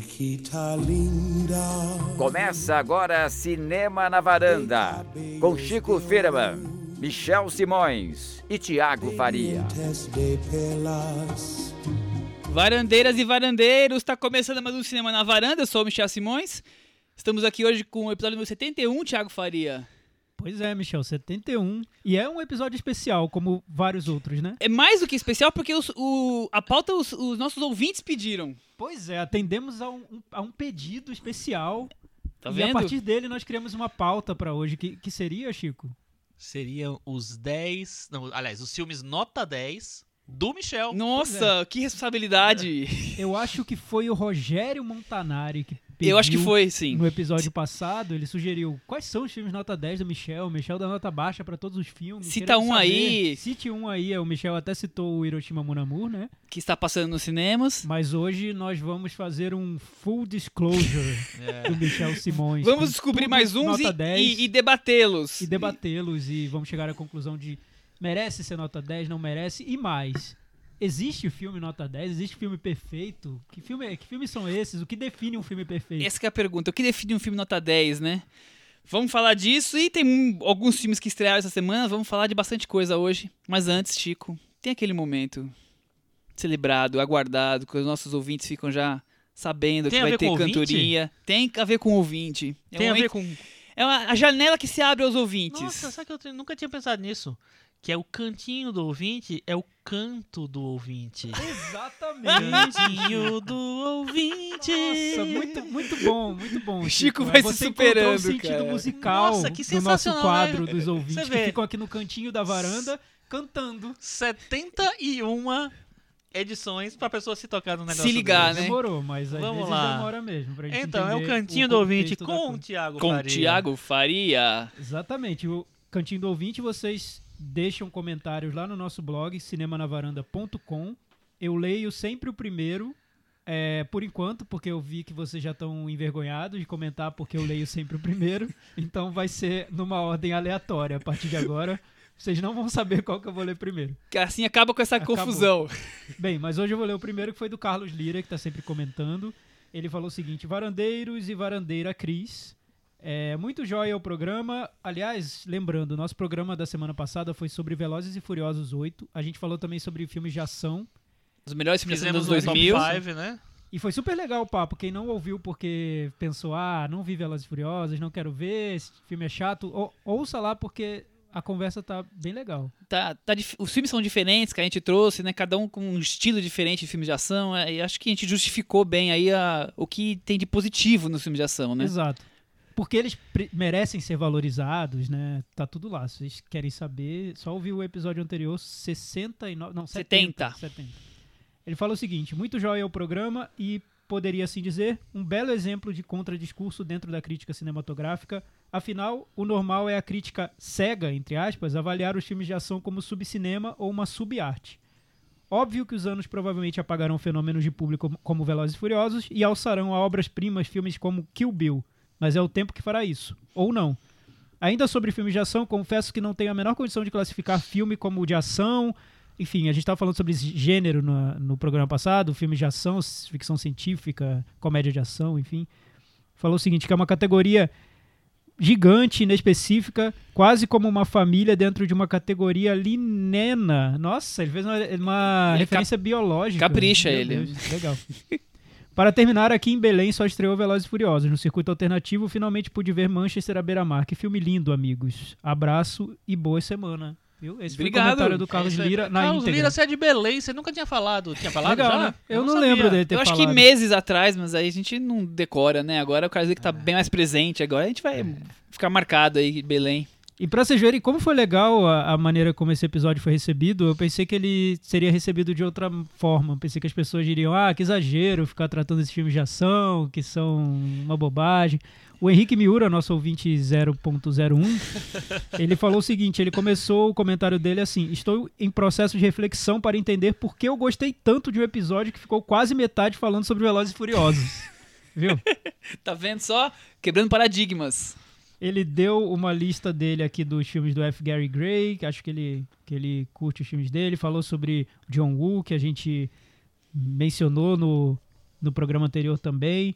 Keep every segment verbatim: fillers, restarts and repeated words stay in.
Chiquita linda. Começa agora Cinema na Varanda, com Chico Firman, Michel Simões e Tiago Faria. Varandeiras e varandeiros, está começando mais um Cinema na Varanda, eu sou o Michel Simões. Estamos aqui hoje com o episódio número setenta e um, Tiago Faria. Pois é, Michel, setenta e um. E é um episódio especial, como vários outros, né? É mais do que especial porque os, o, a pauta os, os nossos ouvintes pediram. Pois é, atendemos a um, a um pedido especial. Tá e vendo? a partir dele nós criamos uma pauta pra hoje. Que, que seria, Chico? Seriam os dez... Não, aliás, os filmes nota dez do Michel. Nossa, é. que responsabilidade. Eu acho que foi o Rogério Montanari que pediu. Eu acho que foi, sim. No episódio passado, ele sugeriu quais são os filmes nota dez do Michel. O Michel dá nota baixa pra todos os filmes. Cita um saber. aí. Cite um aí. O Michel até citou o Hiroshima Mon Amour, né? Que está passando nos cinemas. Mas hoje nós vamos fazer um full disclosure É. do Michel Simões. Vamos com descobrir tudo mais uns nota e, dez, e, e debatê-los. e debatê-los e vamos chegar à conclusão de merece ser nota dez, não merece e mais. Existe o filme nota dez? Existe filme perfeito? Que, filme, que filmes são esses? O que define um filme perfeito? Essa que é a pergunta. O que define um filme nota dez, né? Vamos falar disso e tem um, alguns filmes que estrearam essa semana. Vamos falar de bastante coisa hoje. Mas antes, Chico, tem aquele momento celebrado, aguardado, que os nossos ouvintes ficam já sabendo Tem que a vai ver ter com cantoria. Tem a ver com o ouvinte. É Tem um a ver momento- com... É uma, a janela que se abre aos ouvintes. Nossa, sabe que eu te- nunca tinha pensado nisso? Que é o cantinho do ouvinte, é o canto do ouvinte. Exatamente! Cantinho do ouvinte. Nossa, muito, muito bom, muito bom. Chico vai se Você superando, encontrou o sentido cara. musical Nossa, que do nosso sensacional, quadro né? dos ouvintes Você que vê. ficam aqui no cantinho da varanda cantando. setenta e uma edições pra pessoa se tocar no negócio Se ligar, desse. né? Demorou, mas às Vamos vezes lá. demora mesmo. Pra gente Então, é o entender cantinho do ouvinte contexto da com o coisa. Tiago Com Faria. Tiago Faria. Exatamente. O cantinho do ouvinte, vocês deixam comentários lá no nosso blog, cinema na varanda ponto com. Eu leio sempre o primeiro, é, por enquanto, porque eu vi que vocês já estão envergonhados de comentar porque eu leio sempre o primeiro. Então vai ser numa ordem aleatória a partir de agora. Vocês não vão saber qual que eu vou ler primeiro. Que assim acaba com essa Acabou. confusão. Bem, mas hoje eu vou ler o primeiro, que foi do Carlos Lira, que está sempre comentando. Ele falou o seguinte: varandeiros e varandeira Cris. É, muito jóia o programa. Aliás, lembrando, nosso programa da semana passada foi sobre Velozes e Furiosos oito. A gente falou também sobre filmes de ação. Os melhores filmes dos anos Fizemos dois um mil. top cinco, né? E foi super legal o papo. Quem não ouviu porque pensou, ah, não vi Velozes e Furiosos, não quero ver, esse filme é chato, ou, ouça lá porque a conversa tá bem legal. Tá, tá dif- os filmes são diferentes que a gente trouxe, né? Cada um com um estilo diferente de filmes de ação. é, E acho que a gente justificou bem aí a, o que tem de positivo nos filmes de ação, né? Exato. Porque eles pre- merecem ser valorizados, né? Tá tudo lá. Se vocês querem saber, só ouvir o episódio anterior, sessenta e nove... Não, setenta. setenta. setenta. Ele fala o seguinte: muito jóia o programa e, poderia assim dizer, um belo exemplo de contradiscurso dentro da crítica cinematográfica. Afinal, o normal é a crítica cega, entre aspas, avaliar os filmes de ação como subcinema ou uma subarte. Óbvio que os anos provavelmente apagarão fenômenos de público como- como Velozes e Furiosos e alçarão a obras-primas filmes como Kill Bill. Mas é o tempo que fará isso. Ou não. Ainda sobre filmes de ação, confesso que não tenho a menor condição de classificar filme como de ação. Enfim, a gente estava falando sobre esse gênero no, no programa passado, filmes de ação, ficção científica, comédia de ação, enfim. Falou o seguinte, que é uma categoria gigante, inespecífica, quase como uma família dentro de uma categoria linena. Nossa, ele fez uma, uma Ele referência biológica. capricha Meu ele. Deus, legal. Para terminar, aqui em Belém só estreou Velozes e Furiosos. No circuito alternativo, finalmente pude ver Manchester à beira-mar. Que filme lindo, amigos. Abraço e boa semana. Viu? Esse Obrigado. foi o comentário do Carlos É isso aí. Lira na Carlos íntegra. Lira, você é de Belém, você nunca tinha falado. Tinha falado Legal, já? né? Eu, não sabia. lembro dele ter Eu acho falado. que meses atrás, mas aí a gente não decora, né? Agora o Carlos Lira que tá bem mais presente. Agora a gente vai ficar marcado aí, Belém. E pra vocês verem como foi legal a, a maneira como esse episódio foi recebido, eu pensei que ele seria recebido de outra forma. Eu pensei que as pessoas diriam, ah, que exagero ficar tratando esses filmes de ação, que são uma bobagem. O Henrique Miura, nosso ouvinte zero ponto zero um, ele falou o seguinte, ele começou o comentário dele assim: estou em processo de reflexão para entender por que eu gostei tanto de um episódio que ficou quase metade falando sobre Velozes e Furiosos. Viu? Tá vendo só? Quebrando paradigmas. Ele deu uma lista dele aqui dos filmes do F. Gary Gray, que acho que ele, que ele curte os filmes dele. Falou sobre John Woo, que a gente mencionou no, no programa anterior também.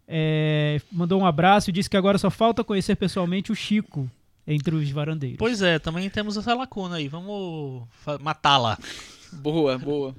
É, mandou um abraço e disse que agora só falta conhecer pessoalmente o Chico entre os varandeiros. Pois é, também temos essa lacuna aí. Vamos fa- matá-la. Boa, boa.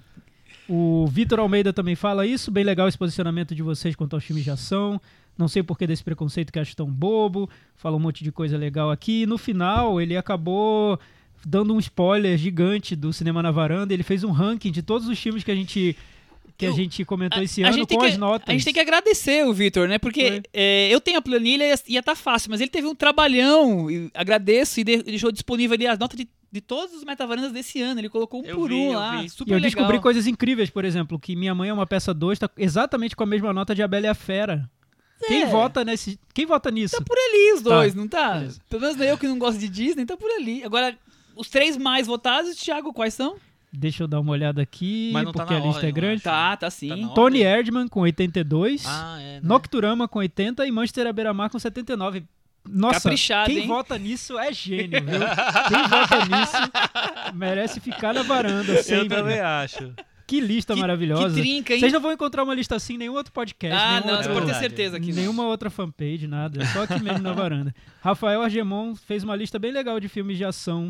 O Vitor Almeida também fala isso. Bem legal esse posicionamento de vocês quanto aos filmes de ação. Não sei por que desse preconceito que acho tão bobo. Fala um monte de coisa legal aqui. E no final, ele acabou dando um spoiler gigante do Cinema na Varanda. Ele fez um ranking de todos os filmes que a gente, que Eu- a gente comentou A- esse a ano gente tem com que- as notas. A gente tem que agradecer o Vitor, né? Porque Foi. é, eu tenho a planilha e ia- ia estar fácil, mas ele teve um trabalhão. E agradeço e de- deixou disponível ali as notas de, de todos os metavarandas desse ano. Ele colocou um Eu por vi, um eu lá. vi. Super E eu legal. descobri coisas incríveis, por exemplo, que Minha Mãe é uma Peça dois tá exatamente com a mesma nota de A Bela e a Fera. Quem É. vota nesse, quem vota nisso? Tá por ali os dois, Tá. não tá? Beleza. Pelo menos eu que não gosto de Disney, tá por ali. Agora, os três mais votados, Thiago, quais são? Deixa eu dar uma olhada aqui, Mas não tá porque na a lista ordem, é eu grande. acho. Tá, tá sim. Tá na Tony ordem? Erdmann com oitenta e dois, Ah, é. Né? Nocturama com oitenta e Manchester à beira-mar com setenta e nove. Nossa, Caprichado, quem hein? vota nisso é gênio, viu? Quem vota nisso merece ficar na varanda Eu sempre. também acho. Que lista Que- maravilhosa. Que trinca, hein? Vocês não vão encontrar uma lista assim em nenhum outro podcast, Ah, nenhum não, outro, você pode ter verdade. certeza que não. nenhuma outra fanpage, nada. Só aqui mesmo na varanda. Rafael Argemon fez uma lista bem legal de filmes de ação.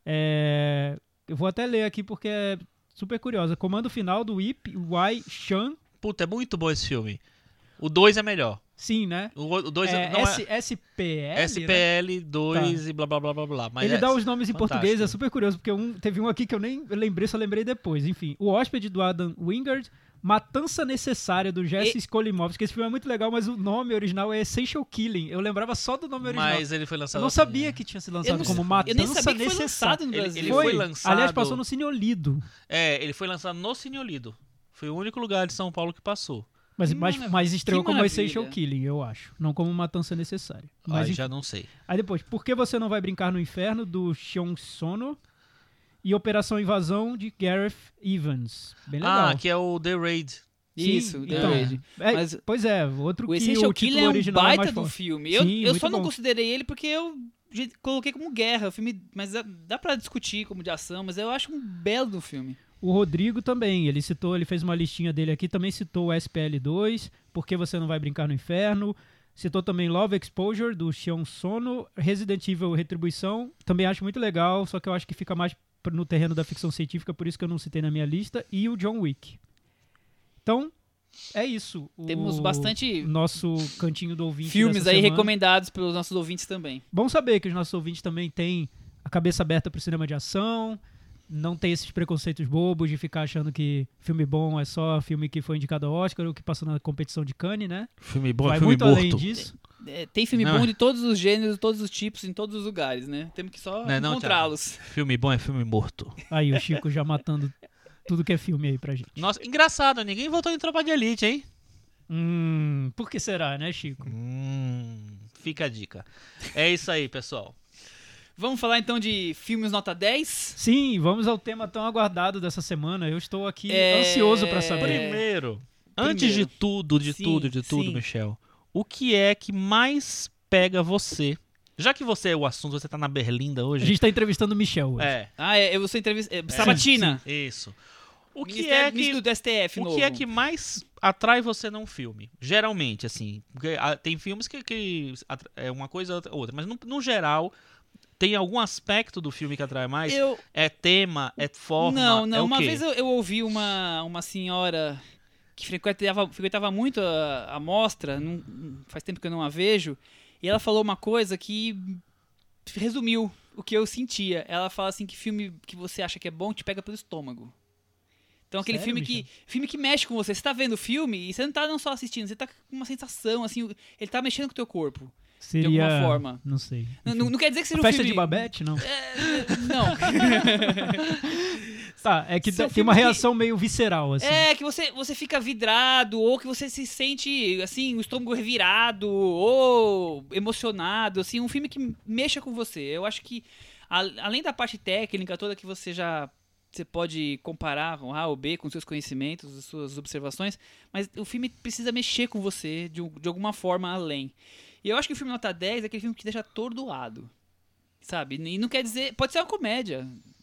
É, Eu vou até ler aqui porque é super curiosa. Comando Final do Ip Wai Chan. Puta, é muito bom esse filme. O dois é melhor. Sim, né? O dois É, não S- é... SPL, S P né? L dois e blá blá blá blá blá. Mas Ele é dá os nomes em fantástico. português, é super curioso, porque um, teve um aqui que eu nem lembrei, só lembrei depois. Enfim, O Hóspede do Adam Wingard, Matança Necessária do Jesse E- Skolimowski. Esse filme é muito legal, mas o nome original é Essential Killing. Eu lembrava só do nome original. Mas ele foi Eu lançado. não sabia que tinha sido lançado não como sa- Matança eu nem sabia que foi Necessária. lançado no Ele- Brasil. ele Foi, foi lançado- aliás, passou no Cine Olido. É, ele foi lançado no Cine Olido. Foi o único lugar de São Paulo que passou. Mas, Que mas, maravilha, mas estreou que como maravilha. Essential Killing, eu acho. Não como Matança Necessária. Mas, Aí enfim. já não sei. Aí depois, Por que Você Não Vai Brincar no Inferno, do Sean Sono. E Operação Invasão, de Gareth Evans. Bem legal. Ah, que é o The Raid. Sim, Isso, The então, Raid. É, Mas pois é, outro o que Essential o Killing título é um original é baita mais do forte. filme. Eu, Sim, eu muito só não bom. considerei ele porque eu de- coloquei como guerra, o filme, mas dá, dá pra discutir como de ação, mas eu acho um belo do filme. O Rodrigo também, ele citou, ele fez uma listinha dele aqui, também citou o S P L dois, Por que Você Não Vai Brincar no Inferno, citou também Love Exposure, do Sean Sono, Resident Evil Retribuição, também acho muito legal, só que eu acho que fica mais pr- no terreno da ficção científica, por isso que eu não citei na minha lista, e o John Wick. Então, é isso. O Temos bastante nosso cantinho do ouvinte filmes dessa aí semana. recomendados pelos nossos ouvintes também. Bom saber que os nossos ouvintes também têm a cabeça aberta pro cinema de ação, não tem esses preconceitos bobos de ficar achando que filme bom é só filme que foi indicado ao Oscar ou que passou na competição de Cannes, né? Filme bom, Vai filme muito morto. além disso. É, tem filme Não, bom é- de todos os gêneros, todos os tipos, em todos os lugares, né? Temos que só Não é não, encontrá-los. Filme bom é filme morto. Aí o Chico já matando tudo que é filme aí pra gente. Nossa, engraçado, ninguém votou em Tropa de Elite, hein? Hum, por que será, né, Chico? Hum, fica a dica. É isso aí, pessoal. Vamos falar então de filmes nota dez? Sim, vamos ao tema tão aguardado dessa semana. Eu estou aqui É, ansioso pra saber. Primeiro, antes Primeiro. de tudo, de Sim, tudo, de tudo, sim. Michel, o que é que mais pega você? Já que você é o assunto, você tá na Berlinda A hoje. gente tá entrevistando o Michel hoje. É, Ah, é, eu sou entrevista. É, Sabatina. isso. O que Ministério- é que ministro do S T F O novo. que é que mais atrai você num filme? Geralmente, assim. Porque, ah, tem filmes que, que atra- é uma coisa ou outra, mas no, no geral, tem algum aspecto do filme que atrai mais? Eu, É tema? É forma? não, não. é o uma quê? vez eu, eu ouvi uma, uma senhora que frequentava, frequentava muito a, a mostra, não- faz tempo que eu não a vejo, e ela falou uma coisa que resumiu o que eu sentia. Ela fala assim que filme que você acha que é bom te pega pelo estômago. Então aquele Sério, filme que, Michel? filme que mexe com você. Você tá vendo o filme e você não tá não só assistindo, você tá com uma sensação, assim, ele tá mexendo com o teu corpo. Seria... alguma forma. Não sei. Não, não- não quer dizer que A seja um festa filme... de Babette, não? É, não. Tá, é que São tem uma filmes que- reação meio visceral, assim. É, que você, você fica vidrado, ou que você se sente, assim, o estômago revirado, ou emocionado, assim, um filme que mexa com você. Eu acho que, a- além da parte técnica toda que você já você pode comparar com A ou B, com seus conhecimentos, as suas observações, mas o filme precisa mexer com você de, um- de alguma forma além. E eu acho que o filme nota dez é aquele filme que te deixa atordoado, sabe? E não quer dizer... Pode ser uma comédia.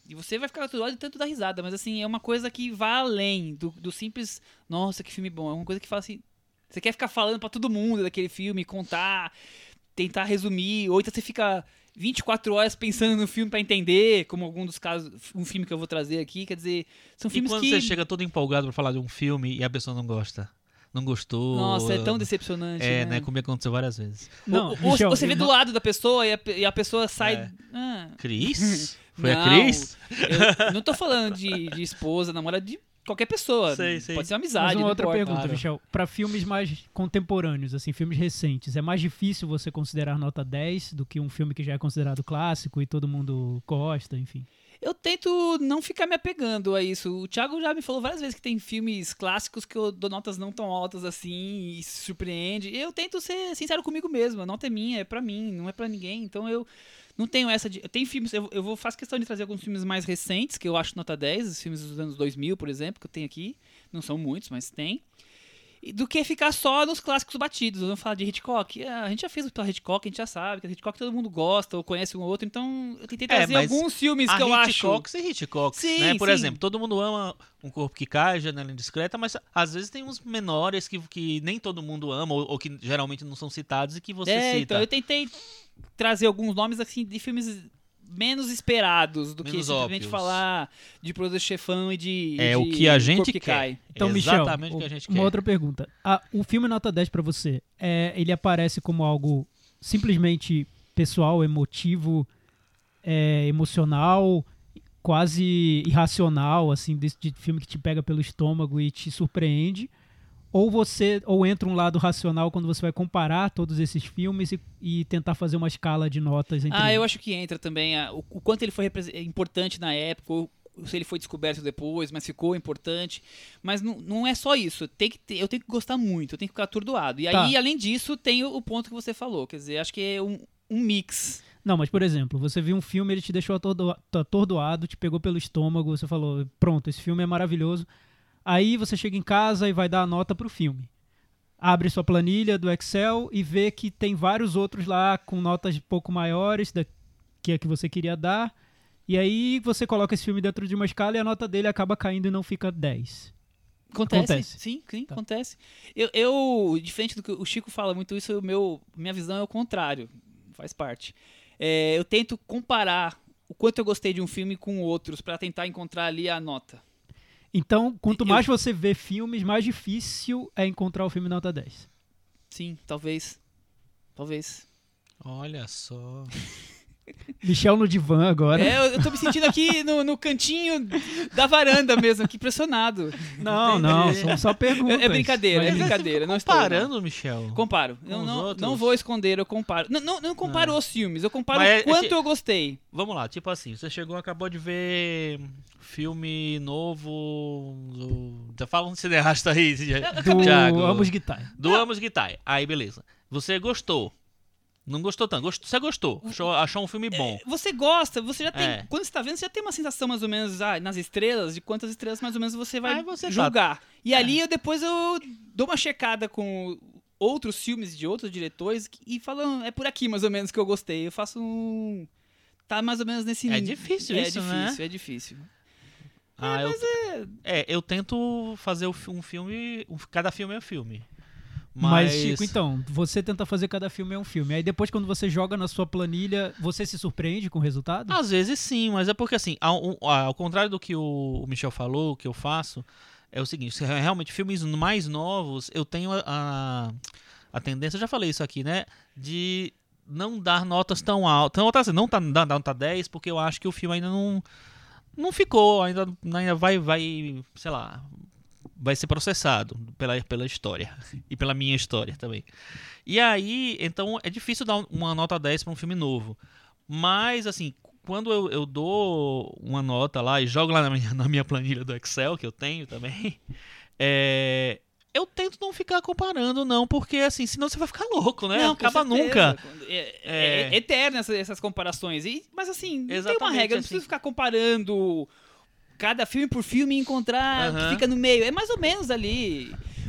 E você vai ficar todo de tanto dar risada, mas assim, é uma coisa que vai além do, do simples, nossa, que filme bom. É uma coisa que fala assim, você quer ficar falando pra todo mundo daquele filme, contar, tentar resumir, ou então você fica vinte e quatro horas pensando no filme pra entender, como algum dos casos, um filme que eu vou trazer aqui, quer dizer, são E filmes quando que... você chega todo empolgado pra falar de um filme e a pessoa não gosta? Não gostou? Nossa, é tão decepcionante, É, né? né? Comigo aconteceu várias vezes. Não, ou, ou Michel, você vê eu do não- lado da pessoa e a, e a pessoa sai... É. Ah, Cris? Foi não, a Cris? Eu não tô falando de, de esposa, namorada, de qualquer pessoa. Sei, sei. Pode ser uma Mas amizade, uma não outra importa. pergunta, claro. Michel. Pra filmes mais contemporâneos, assim, filmes recentes, é mais difícil você considerar nota dez do que um filme que já é considerado clássico e todo mundo gosta, enfim? Eu tento não ficar me apegando a isso. O Thiago já me falou várias vezes que tem filmes clássicos que eu dou notas não tão altas assim e se surpreende. Eu tento ser sincero comigo mesmo. A nota é minha, é pra mim, não é pra ninguém. Então eu não tenho essa de... Tem filmes... Eu, eu vou faço questão de trazer alguns filmes mais recentes, que eu acho nota dez. Os filmes dos anos dois mil, por exemplo, que eu tenho aqui. Não são muitos, mas tem. E do que ficar só nos clássicos batidos. Vamos falar de Hitchcock. Ah, a gente já fez o pela Hitchcock, a gente já sabe que a Hitchcock todo mundo gosta ou conhece um ou outro. Então eu tentei trazer mas alguns filmes a que eu acho... Hitchcocks e Hitchcocks, Sim, né? Por sim. exemplo, todo mundo ama Um Corpo que Cai, Janela Indiscreta, mas às vezes tem uns menores que, que nem todo mundo ama ou, ou que geralmente não são citados e que você É, cita. então eu tentei trazer alguns nomes assim de filmes menos esperados do que Menos simplesmente óbvios. falar de Poderoso Chefão e de É de o que a Corpo gente que quer. Cai. Então, É Michel, exatamente o que a gente uma quer. outra pergunta. Ah, o filme nota dez pra você, é, ele aparece como algo simplesmente pessoal, emotivo, é, emocional, quase irracional, assim, desse de filme que te pega pelo estômago e te surpreende? Ou você, ou entra um lado racional quando você vai comparar todos esses filmes e, e tentar fazer uma escala de notas entre Ah, eu eles? acho que entra também a- o, o quanto ele foi repre- importante na época, ou se ele foi descoberto depois, mas ficou importante. Mas não, não é só isso. Tem que ter- eu tenho que gostar muito, eu tenho que ficar atordoado. E Tá. aí, além disso, tem o, o ponto que você falou. Quer dizer, acho que é um, um mix. Não, mas por exemplo, você viu um filme, ele te deixou atordoa- atordoado, te pegou pelo estômago, você falou, pronto, esse filme é maravilhoso. Aí você chega em casa e vai dar a nota pro filme. Abre sua planilha do Excel e vê que tem vários outros lá com notas pouco maiores da que a que você queria dar. E aí você coloca esse filme dentro de uma escala e a nota dele acaba caindo e não fica dez. Acontece, Acontece. sim, sim, Tá. acontece. Eu, eu, diferente do que o Chico fala muito isso, o meu, minha visão é o contrário, faz parte. É, eu tento comparar o quanto eu gostei de um filme com outros pra tentar encontrar ali a nota. Então, quanto Eu- mais você vê filmes, mais difícil é encontrar o filme nota dez. Sim, talvez. Talvez. Olha só. Michel no divã agora. É, eu, eu tô me sentindo aqui no, no cantinho da varanda mesmo, aqui impressionado. Não, Entendi. não, são só perguntas. É, é brincadeira, é Mas- brincadeira. Não estou, não. Comparando, Michel. Comparo. Com Eu os não, outros? não vou esconder, eu comparo. Não, não, não comparo os filmes, eu comparo Mas é- o quanto é que- eu gostei. Vamos lá, tipo assim, você chegou, acabou de ver filme novo. Do... Já fala um cineasta aí, Do Thiago. Amos Guitar. Do Amos Guitar. Aí, beleza. Você gostou. Não gostou tanto. Gost- Você gostou. Achou, achou um filme bom. Você gosta, você já tem. É. Quando você tá vendo, você já tem uma sensação mais ou menos ah, nas estrelas, de quantas estrelas mais ou menos você vai Aí você tá- julgar. E É. ali eu depois eu dou uma checada com outros filmes de outros diretores e falo, é por aqui mais ou menos que eu gostei. Eu faço um. Tá mais ou menos nesse É nível. difícil é isso, difícil, né? É difícil, Ah, eu, é, eu tento fazer o fi- um filme. um- cada filme é um filme. Mas, Mas, Chico, então, você tenta fazer cada filme é um filme. Aí depois, quando você joga na sua planilha, você se surpreende com o resultado? Às vezes sim, mas é porque assim, ao, um- ao contrário do que o o Michel falou, o que eu faço, é o seguinte, se realmente filmes mais novos, eu tenho a, a, a tendência, eu já falei isso aqui, né? De não dar notas tão altas. Tão altas, não tá dando nota dez, porque eu acho que o filme ainda não. Não ficou, ainda, ainda vai, vai, sei lá, vai ser processado pela, pela história e pela minha história também. E aí, então é difícil dar uma nota dez para um filme novo. Mas, assim, quando eu, eu dou uma nota lá e jogo lá na minha, na minha planilha do Excel, que eu tenho também, é, eu tento não ficar comparando, não, porque, assim, senão você vai ficar louco, né? Não, com Acaba certeza. nunca. É, é, É. é eterno essas, essas comparações. E, mas assim, não tem uma Exatamente, regra, não assim. precisa ficar comparando cada filme por filme e encontrar o que Aham. fica no meio. É mais ou menos ali. O, o-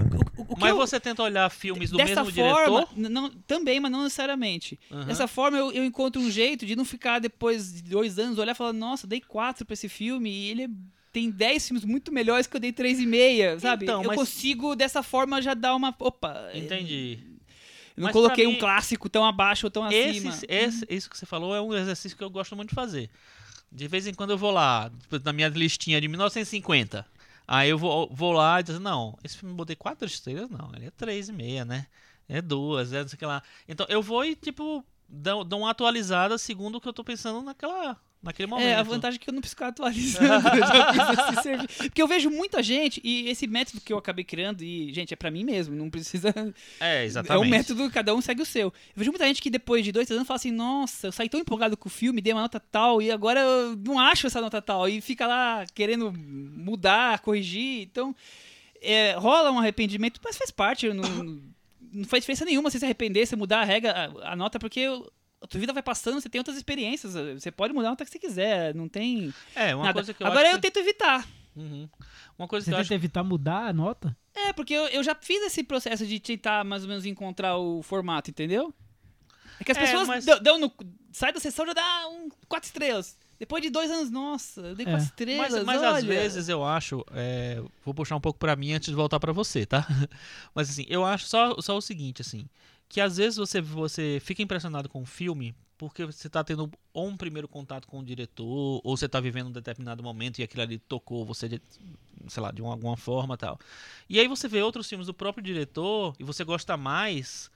o que Mas eu, você tenta olhar filmes do dessa mesmo forma, diretor? n- não, também, mas não necessariamente. Uhum. Dessa forma, eu, eu encontro um jeito de não ficar depois de dois anos olhar e falar, nossa, dei quatro pra esse filme e ele é- tem dez filmes muito melhores que eu dei três e meia, sabe? Então, eu mas- consigo, dessa forma, já dar uma... Opa, Entendi. eu não Mas coloquei pra um mim, clássico tão abaixo ou tão acima. Esse, esse, isso que você falou é um exercício que eu gosto muito de fazer. De vez em quando eu vou lá, na minha listinha de mil novecentos e cinquenta. Aí eu vou, vou lá e digo, não, esse filme eu botei quatro estrelas, não, ele é três e meia, né? É duas, é não sei o que lá. Então eu vou e, tipo, dou, dou uma atualizada segundo o que eu tô pensando naquela, naquele momento. É, a vantagem é que eu não preciso ficar atualizando. Eu já fiz esse serviço. Porque eu vejo muita gente, e esse método que eu acabei criando, e, gente, é pra mim mesmo, não precisa. É, É exatamente. um método, cada um segue o seu. Eu vejo muita gente que depois de dois, três anos fala assim, nossa, eu saí tão empolgado com o filme, dei uma nota tal, e agora eu não acho essa nota tal. E fica lá querendo mudar, corrigir. Então, é, rola um arrependimento, mas faz parte. Não, não faz diferença nenhuma você se arrepender, você mudar a regra, a, a nota, porque a tua vida vai passando, você tem outras experiências. Você pode mudar a nota que você quiser, não tem É, uma nada. coisa que eu Agora acho eu que... tento evitar. Uhum. Uma coisa Você que eu tenta acho... evitar mudar a nota? É, porque eu, eu já fiz esse processo de tentar mais ou menos encontrar o formato, entendeu? É que as É, pessoas mas- dão, dão no, sai da sessão já dá um quatro estrelas. Depois de dois anos, nossa, eu dei É. quatro estrelas. Mas, mas olha. às vezes eu acho, é, vou puxar um pouco pra mim antes de voltar pra você, tá? Mas assim, eu acho só, só o seguinte, assim, que às vezes você, você fica impressionado com o filme porque você tá tendo ou um primeiro contato com o diretor, ou você tá vivendo um determinado momento e aquilo ali tocou você, de, sei lá, de uma, alguma forma e tal. E aí você vê outros filmes do próprio diretor e você gosta mais...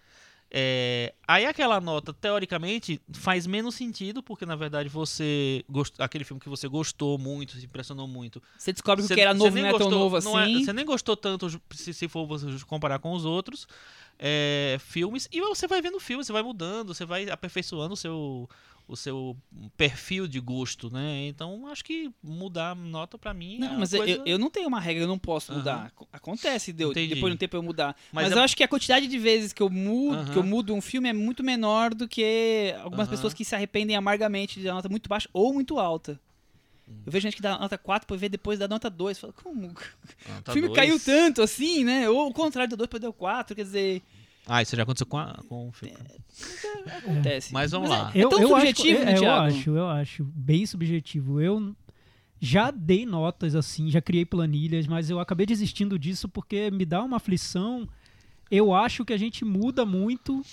É, aí aquela nota, teoricamente, faz menos sentido, porque na verdade você gost... aquele filme que você gostou muito, se impressionou muito. Você descobre que Você- o que era você novo nem não é tão gostou- novo não é- assim. você nem gostou tanto se, se for você comparar com os outros é, filmes, e você vai vendo o filme, você vai mudando, você vai aperfeiçoando o seu, o seu perfil de gosto, né? Então acho que mudar a nota pra mim é Não, uma mas coisa... eu, eu não tenho uma regra, eu não posso Aham. mudar. Acontece de eu- Entendi. depois de um tempo eu mudar. Mas, Mas eu é- acho que a quantidade de vezes que eu mudo, Aham. que eu mudo um filme é muito menor do que algumas Aham. pessoas que se arrependem amargamente de dar nota muito baixa ou muito alta. Hum. Eu vejo gente que dá nota quatro pra ver depois da nota dois. Fala, como? Ah, tá o filme dois. caiu tanto assim, né? Ou o contrário, do dois pra deu quatro, quer dizer, Ah, isso já aconteceu com, a, com o filme. acontece. Mas vamos lá. É, é tão subjetivo, acho, né, é, eu Thiago? acho, eu acho, bem subjetivo. Eu já dei notas assim, já criei planilhas, mas eu acabei desistindo disso porque me dá uma aflição. Eu acho que a gente muda muito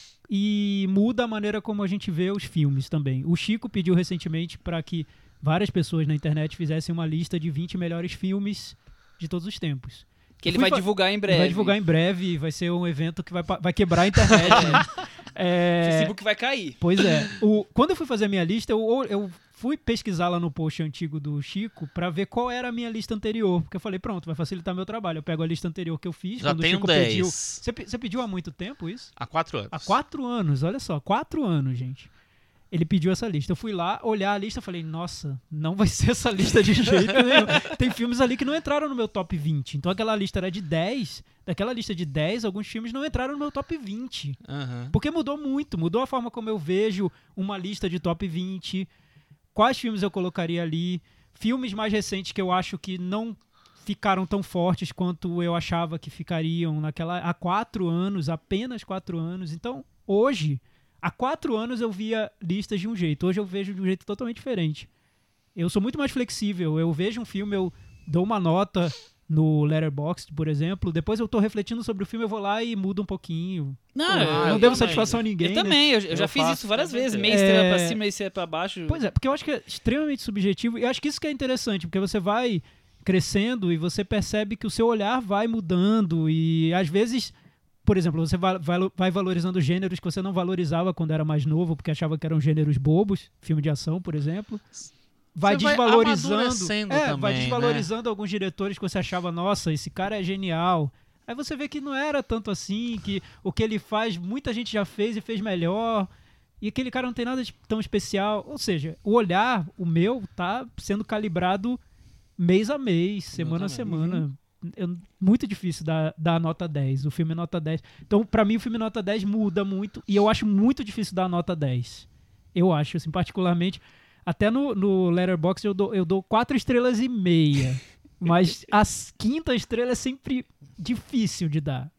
e muda a maneira como a gente vê os filmes também. O Chico pediu recentemente para que várias pessoas na internet fizessem uma lista de vinte melhores filmes de todos os tempos. Que ele Fui vai fa- divulgar em Ele breve. vai divulgar em breve, vai ser um evento que vai, pa- vai quebrar a internet. né? É, O Facebook vai cair. Pois é. O, quando eu fui fazer a minha lista, eu, eu fui pesquisar lá no post antigo do Chico pra ver qual era a minha lista anterior. Porque eu falei, pronto, vai facilitar meu trabalho. Eu pego a lista anterior que eu fiz. Já quando o tenho Chico dez. pediu. Você, pe- você pediu há muito tempo isso? Há quatro anos. Há quatro anos, olha só, quatro anos, gente. Ele pediu essa lista. Eu fui lá olhar a lista e falei, nossa, não vai ser essa lista de jeito nenhum. Tem filmes ali que não entraram no meu top vinte. Então aquela lista era de dez. Daquela lista de dez, alguns filmes não entraram no meu top vinte. Aham. Porque mudou muito. Mudou a forma como eu vejo uma lista de top vinte. Quais filmes eu colocaria ali. Filmes mais recentes que eu acho que não ficaram tão fortes quanto eu achava que ficariam naquela há quatro anos, apenas quatro anos. Então, hoje... Há quatro anos eu via listas de um jeito. Hoje eu vejo de um jeito totalmente diferente. Eu sou muito mais flexível. Eu vejo um filme, eu dou uma nota no Letterboxd, por exemplo. Depois eu tô refletindo sobre o filme, eu vou lá e mudo um pouquinho. Não, Pô, eu, eu não eu devo também. satisfação a ninguém. eu né? também, eu, eu já Eu fiz faço isso várias também. vezes. Meia É. estrela pra cima, meia estrela pra baixo. Pois é, porque eu acho que é extremamente subjetivo. E eu acho que isso que é interessante, porque você vai crescendo e você percebe que o seu olhar vai mudando. E às vezes... Por exemplo, você vai, vai, vai valorizando gêneros que você não valorizava quando era mais novo, porque achava que eram gêneros bobos, filme de ação, por exemplo. Vai Você vai desvalorizando. amadurecendo É, vai também, desvalorizando alguns diretores que você achava, nossa, esse cara é genial. Aí você vê que não era tanto assim, que o que ele faz, muita gente já fez e fez melhor. E aquele cara não tem nada de tão especial. Ou seja, o olhar, o meu, tá sendo calibrado mês a mês, semana a também. semana. É muito difícil dar, dar nota dez. O filme é nota dez. Então, pra mim, o filme nota dez muda muito. E eu acho muito difícil dar nota dez. Eu acho, assim, particularmente. Até no, no Letterboxd eu dou, eu dou quatro estrelas e meia. Mas a quinta estrela é sempre difícil de dar.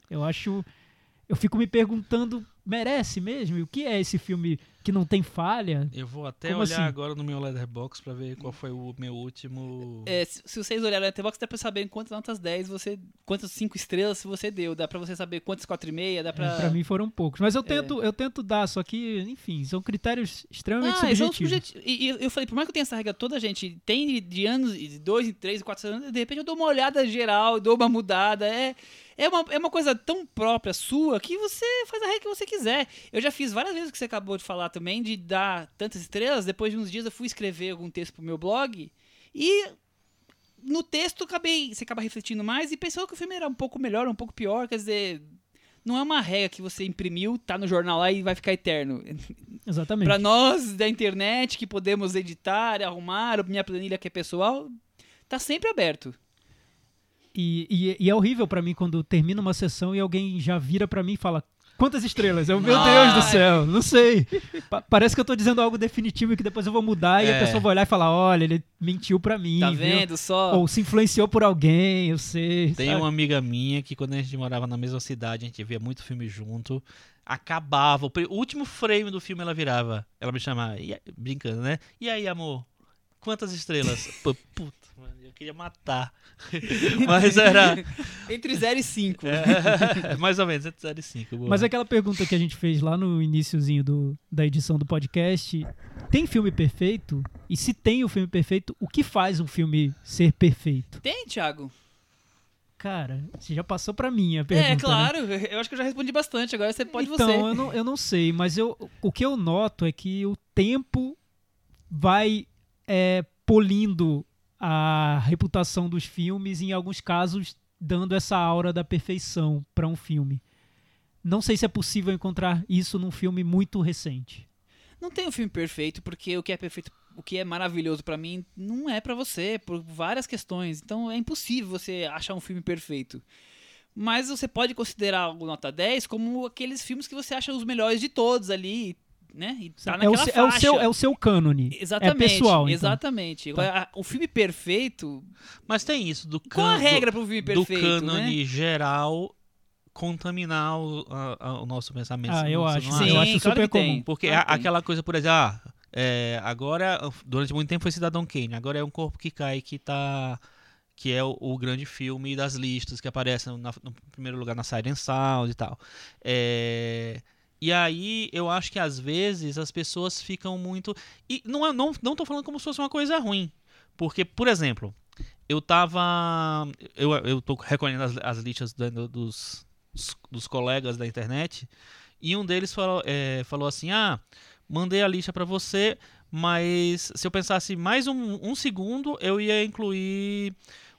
Eu acho... Eu fico me perguntando, merece mesmo? E o que é esse filme que não tem falha? Eu vou até Como olhar assim? agora no meu Letterboxd pra ver qual foi o meu último... É, se, se vocês olharem no Letterboxd, dá pra saber quantas notas dez você... Quantas cinco estrelas você deu. Dá pra você saber quantas quatro e meia, dá pra... É, pra mim foram poucos. Mas eu É. tento, eu tento dar, só que, enfim, são critérios extremamente Ah, eles são subjetivos. subjeti- E, e eu falei, por mais que eu tenha essa regra toda, gente, tem de anos, de dois, três, quatro anos, de repente eu dou uma olhada geral, dou uma mudada. É, é, uma, é uma coisa tão própria sua que você faz a regra que você quiser. Eu já fiz várias vezes o que você acabou de falar também, de dar tantas estrelas. Depois de uns dias eu fui escrever algum texto pro meu blog e no texto acabei, você acaba refletindo mais e pensou que o filme era um pouco melhor, um pouco pior. Quer dizer, não é uma regra que você imprimiu, tá no jornal lá e vai ficar eterno. Exatamente. Pra nós da internet que podemos editar, arrumar, minha planilha que é pessoal, tá sempre aberto. E, e- e é horrível pra mim quando termina uma sessão e alguém já vira pra mim e fala: quantas estrelas? Eu, meu Ai. Deus do céu, não sei. Pa- parece que eu tô dizendo algo definitivo e que depois eu vou mudar e a É. pessoa vai olhar e falar: olha, ele mentiu pra mim. Tá viu? vendo só? Ou se influenciou por alguém, eu sei. Tem sabe? uma amiga minha que quando a gente morava na mesma cidade, a gente via muito filme junto, acabava, o pri- o último frame do filme ela virava, ela me chamava, "E aí?" brincando, né? E aí, amor, quantas estrelas? Pô, puta, mano, eu queria matar. Mas era Entre zero e cinco. é, mais ou menos, entre zero e cinco. boa. Mas aquela pergunta que a gente fez lá no iniciozinho do, da edição do podcast, tem filme perfeito? E se tem o filme perfeito, o que faz um filme ser perfeito? Tem, Thiago? Cara, você já passou pra mim a pergunta, É, né? claro. Eu acho que eu já respondi bastante. Agora você pode então, você. eu não, eu não sei, mas eu, o que eu noto é que o tempo vai é, polindo a reputação dos filmes e, em alguns casos, dando essa aura da perfeição para um filme. Não sei se é possível encontrar isso num filme muito recente. Não tem um filme perfeito, porque o que é perfeito, o que é maravilhoso pra mim, não é pra você, por várias questões. Então é impossível você achar um filme perfeito. Mas você pode considerar o nota dez como aqueles filmes que você acha os melhores de todos ali, né? E tá é, o, naquela se- é o faixa. seu, é o seu cânone. Exatamente, É pessoal, então. exatamente. Agora, a- O filme perfeito, Mas tem isso do qual a can- regra do, pro filme do perfeito, cânone né? geral contaminar o, a- a- o nosso pensamento. Ah, eu Você acho. não Sim, acha? eu acho claro super que tem. comum. Porque Claro a- que tem. aquela coisa, por exemplo, ah, é, agora, durante muito tempo foi Cidadão Kane, agora é Um Corpo que Cai, que tá, que é o, o grande filme das listas, que aparece na- no primeiro lugar na Siren Sound e tal. É, e aí, eu acho que às vezes as pessoas ficam muito... E não, é- não, não tô falando como se fosse uma coisa ruim, porque, por exemplo, eu tava... Eu, eu tô recolhendo as, as listas do- dos, dos colegas da internet, e um deles falou, é, falou assim, ah, mandei a lista pra você, mas se eu pensasse mais um, um segundo, eu ia incluir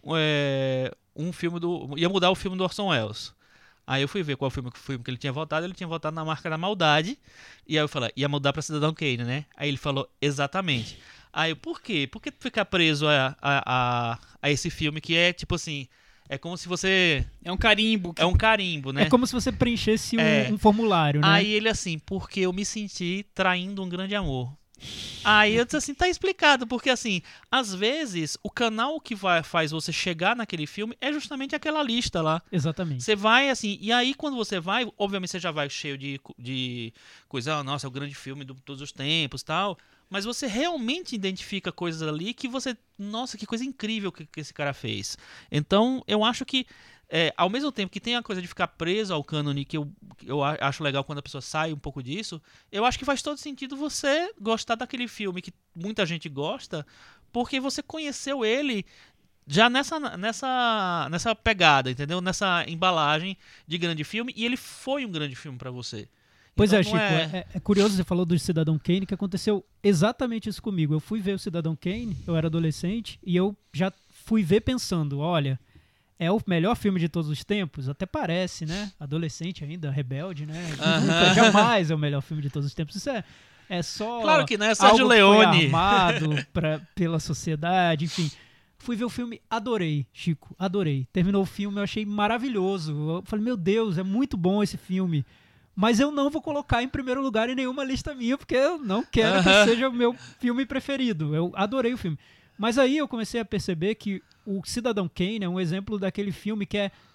é, um filme do... ia mudar o filme do Orson Welles. Aí eu fui ver qual filme, filme que ele tinha votado, ele tinha votado na Marca da Maldade, e aí eu falei, ia mudar pra Cidadão Kane, né? Aí ele falou, exatamente. Aí eu, por quê? Por que ficar preso a, a, a, a esse filme que é, tipo assim, é como se você... É um carimbo. que- é um carimbo, né? É como se você preenchesse um, É. um formulário, né? Aí ele assim, porque eu me senti traindo um grande amor. Aí eu disse assim, tá explicado, porque assim, às vezes o canal que vai, faz você chegar naquele filme é justamente aquela lista lá. Exatamente. Você vai assim, e aí quando você vai, obviamente você já vai cheio de, de coisa, ah, nossa, é o grande filme de todos os tempos e tal, mas você realmente identifica coisas ali que você, nossa, que coisa incrível que, que esse cara fez. Então eu acho que é, ao mesmo tempo que tem a coisa de ficar preso ao cânone, que eu, que eu a- acho legal quando a pessoa sai um pouco disso, eu acho que faz todo sentido você gostar daquele filme que muita gente gosta, porque você conheceu ele já nessa, nessa, nessa pegada, entendeu? Nessa embalagem de grande filme, e ele foi um grande filme pra você. Pois Então, é, não Chico, é... é curioso, você falou do Cidadão Kane, que aconteceu exatamente isso comigo. Eu fui ver o Cidadão Kane, eu era adolescente, e eu já fui ver pensando, olha, é o melhor filme de todos os tempos? Até parece, né? Adolescente ainda, rebelde, né? Nunca, jamais é o melhor filme de todos os tempos. Isso é, é só Claro que não, é algo Sérgio que foi Leone. armado pra, pela sociedade, enfim. Fui ver o filme, adorei, Chico, adorei. Terminou o filme, eu achei maravilhoso. Eu falei, meu Deus, é muito bom esse filme. Mas eu não vou colocar em primeiro lugar em nenhuma lista minha, porque eu não quero que Aham. seja o meu filme preferido. Eu adorei o filme. Mas aí eu comecei a perceber que o Cidadão Kane é um exemplo daquele filme que é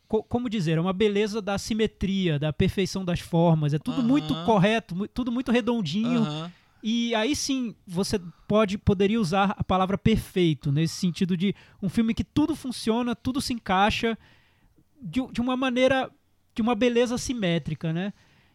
co- como dizer, é uma beleza da simetria, da perfeição das formas. É tudo Aham. muito correto, mu- tudo muito redondinho. Aham. E aí sim, você pode, poderia usar a palavra perfeito, nesse sentido de um filme que tudo funciona, tudo se encaixa de, de uma maneira, de uma beleza simétrica, né?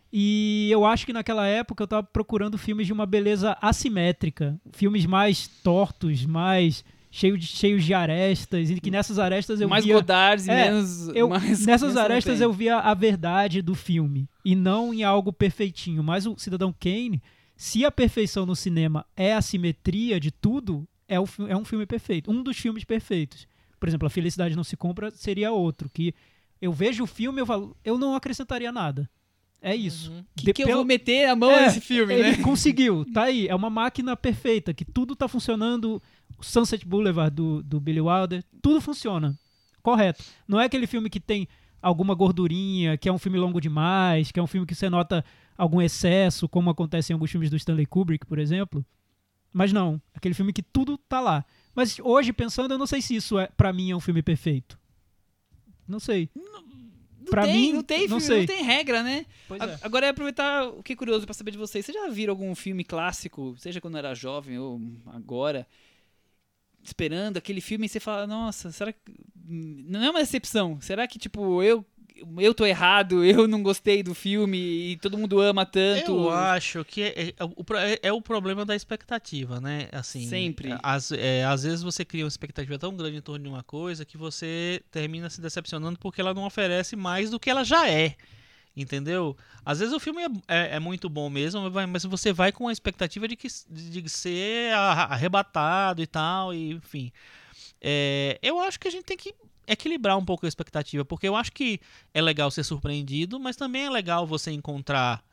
E eu acho que naquela época eu estava procurando filmes de uma beleza assimétrica, filmes mais tortos, mais cheios de, cheios de arestas, e que nessas arestas eu mais via... Godards e É, menos... eu, mais nessas criança não arestas tem. eu via a verdade do filme, e não em algo perfeitinho. Mas o Cidadão Kane, se a perfeição no cinema é a simetria de tudo, é, o, fi- é um filme perfeito. Um dos filmes perfeitos. Por exemplo, A Felicidade Não Se Compra seria outro, que eu vejo o filme e eu falo, eu não acrescentaria nada. É isso. Uhum. Que, De- que eu pelo- vou meter a mão É, nesse filme, ele né? conseguiu, tá aí. É uma máquina perfeita, que tudo tá funcionando. O Sunset Boulevard do, do Billy Wilder, tudo funciona. Correto. Não é aquele filme que tem alguma gordurinha, que é um filme longo demais, que é um filme que você nota algum excesso, como acontece em alguns filmes do Stanley Kubrick, por exemplo. Mas não, aquele filme que tudo tá lá. Mas hoje, pensando, eu não sei se isso, é, pra mim, é um filme perfeito. Não sei. Não pra tem, mim, não tem não filme, sei. não tem regra, né? Pois A- é. Agora é aproveitar o que é curioso pra saber de vocês. Vocês já viram algum filme clássico, seja quando era jovem ou agora, esperando aquele filme e você fala, nossa, será que... Não é uma decepção. Será que, tipo, eu... Eu tô errado, eu não gostei do filme e todo mundo ama tanto. Eu acho que é, é, o, pro- é- é o problema da expectativa, né? Assim, Sempre. Às, é, às vezes você cria uma expectativa tão grande em torno de uma coisa que você termina se decepcionando porque ela não oferece mais do que ela já é. Entendeu? Às vezes o filme é, é- é muito bom mesmo, mas vai- mas você vai com a expectativa de, que, de ser arra- arrebatado e tal, e, enfim. É, eu acho que a gente tem que equilibrar um pouco a expectativa, porque eu acho que é legal ser surpreendido, mas também é legal você encontrar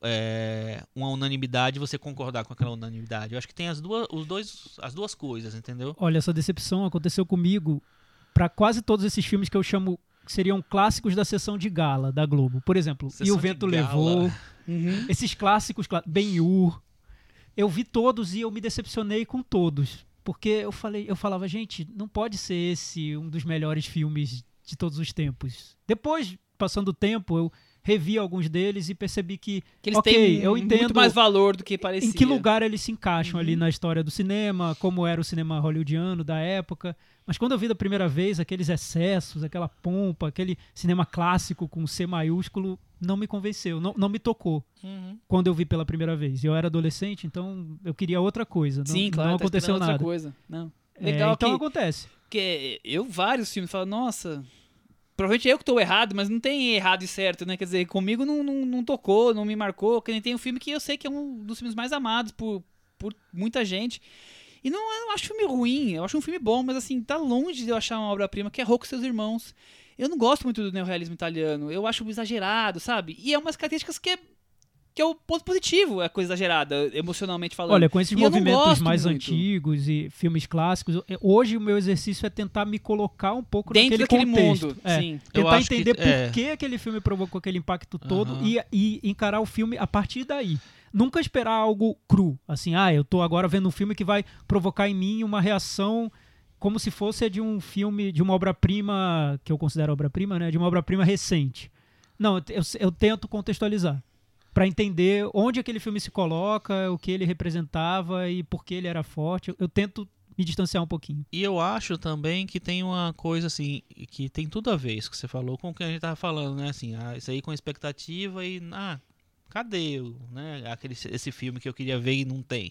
é, uma unanimidade, você concordar com aquela unanimidade. Eu acho que tem as duas, os dois, as duas coisas, entendeu? Olha, essa decepção aconteceu comigo para quase todos esses filmes que eu chamo que seriam clássicos da sessão de gala da Globo. Por exemplo, Sessão E o de Vento gala. Levou, Uhum. esses clássicos, clá- Ben-Hur. Eu vi todos e eu me decepcionei com todos. Porque eu falei, eu falava, gente, não pode ser esse um dos melhores filmes de todos os tempos. Depois, passando o tempo, eu revi alguns deles e percebi que, Que eles ok, têm eu entendo muito mais valor do que parecia. em que lugar eles se encaixam Uhum. ali na história do cinema, como era o cinema hollywoodiano da época. Mas quando eu vi da primeira vez aqueles excessos, aquela pompa, aquele cinema clássico com C maiúsculo, não me convenceu, não, não me tocou Uhum. quando eu vi pela primeira vez. Eu era adolescente, então eu queria outra coisa. Não, Sim, claro, não tá aconteceu esperando outra nada. coisa. Não. É, Legal então que, acontece. que eu, vários filmes, falo, nossa, provavelmente eu que tô errado, mas não tem errado e certo, né? Quer dizer, comigo não, não, não tocou, não me marcou, que nem tem um filme que eu sei que é um dos filmes mais amados por, por muita gente. E não, eu não acho filme ruim, eu acho um filme bom, mas assim, tá longe de eu achar uma obra-prima, que é Rocco e Seus Irmãos. Eu não gosto muito do neorrealismo italiano, eu acho exagerado, sabe? E é umas características que é, que é o ponto positivo, é coisa exagerada, emocionalmente falando. Olha, com esses E eu não movimentos gosto mais muito. antigos e filmes clássicos, eu- hoje o meu exercício é tentar me colocar um pouco Dentro naquele daquele contexto. mundo, É. sim. Eu Tentar acho que- entender é. por que aquele filme provocou aquele impacto todo Aham. e, e encarar o filme a partir daí. Nunca esperar algo cru, assim, ah, eu tô agora vendo um filme que vai provocar em mim uma reação como se fosse a de um filme, de uma obra-prima, que eu considero obra-prima, né, de uma obra-prima recente. Não, eu, eu tento contextualizar para entender onde aquele filme se coloca, o que ele representava e por que ele era forte. Eu, eu tento me distanciar um pouquinho. E eu acho também que tem uma coisa assim, que tem tudo a ver isso que você falou com o que a gente tava falando, né? Assim, ah, isso aí com expectativa e, ah, cadê o, né? Aquele, esse filme que eu queria ver e não tem.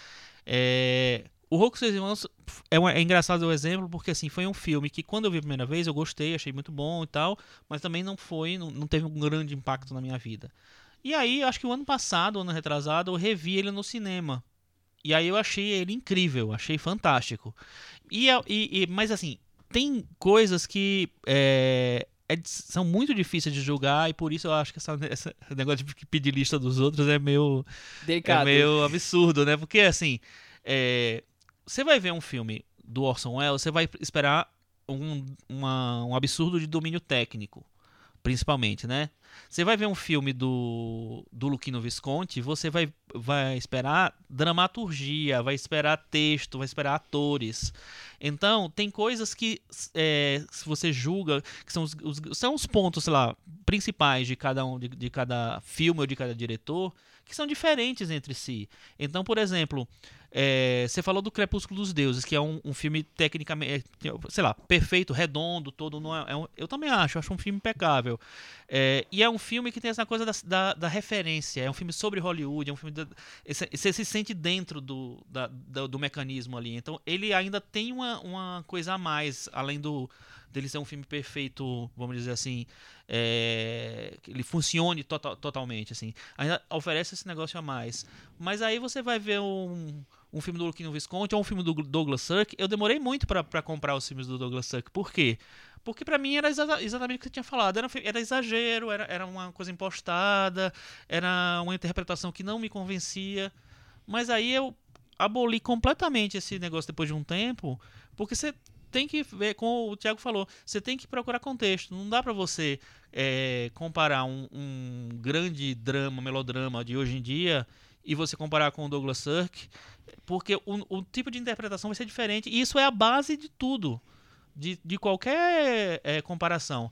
É, o Rocco e Seus Irmãos é, um, é engraçado o exemplo porque assim, foi um filme que quando eu vi a primeira vez eu gostei, achei muito bom e tal, mas também não foi, não, não teve um grande impacto na minha vida. E aí, acho que o ano passado, o ano retrasado, eu revi ele no cinema. E aí eu achei ele incrível, achei fantástico. E, e, e- mas assim, tem coisas que é, é- são muito difíceis de julgar e por isso eu acho que essa, essa- esse negócio de pedir lista dos outros é meio, é Delicado. meio absurdo, né? Porque assim, é, você vai ver um filme do Orson Welles, você vai esperar um, uma- um absurdo de domínio técnico, principalmente, né? Você vai ver um filme do, do Luchino Visconti, você vai, vai esperar dramaturgia, vai esperar texto, vai esperar atores. Então, tem coisas que é, se você julga, que são os, os, são os pontos, sei lá, principais de cada um, de, de cada filme ou de cada diretor, que são diferentes entre si. Então, por exemplo, é, você falou do Crepúsculo dos Deuses, que é um, um filme tecnicamente, sei lá, perfeito, redondo, todo. Não é, é um, eu também acho, eu acho um filme impecável. É, e é um filme que tem essa coisa da, da, da referência, é um filme sobre Hollywood, é um filme da, você se sente dentro do, da, do, do mecanismo ali. Então, ele ainda tem uma, uma coisa a mais, além do dele ser um filme perfeito, vamos dizer assim, é, que ele funcione total, totalmente, assim. Ainda oferece esse negócio a mais. Mas aí você vai ver um, um filme do Luchino Visconti ou um filme do Douglas Sirk. Eu demorei muito pra, pra comprar os filmes do Douglas Sirk. Por quê? Porque pra mim era exa- exatamente o que você tinha falado. Era, era exagero, era, era uma coisa impostada, era uma interpretação que não me convencia. Mas aí eu aboli completamente esse negócio depois de um tempo, porque você tem que ver, como o Thiago falou, você tem que procurar contexto. Não dá pra você é, comparar um, um grande drama, melodrama de hoje em dia e você comparar com o Douglas Sirk, porque o, o tipo de interpretação vai ser diferente. E isso é a base de tudo, de, de qualquer é, comparação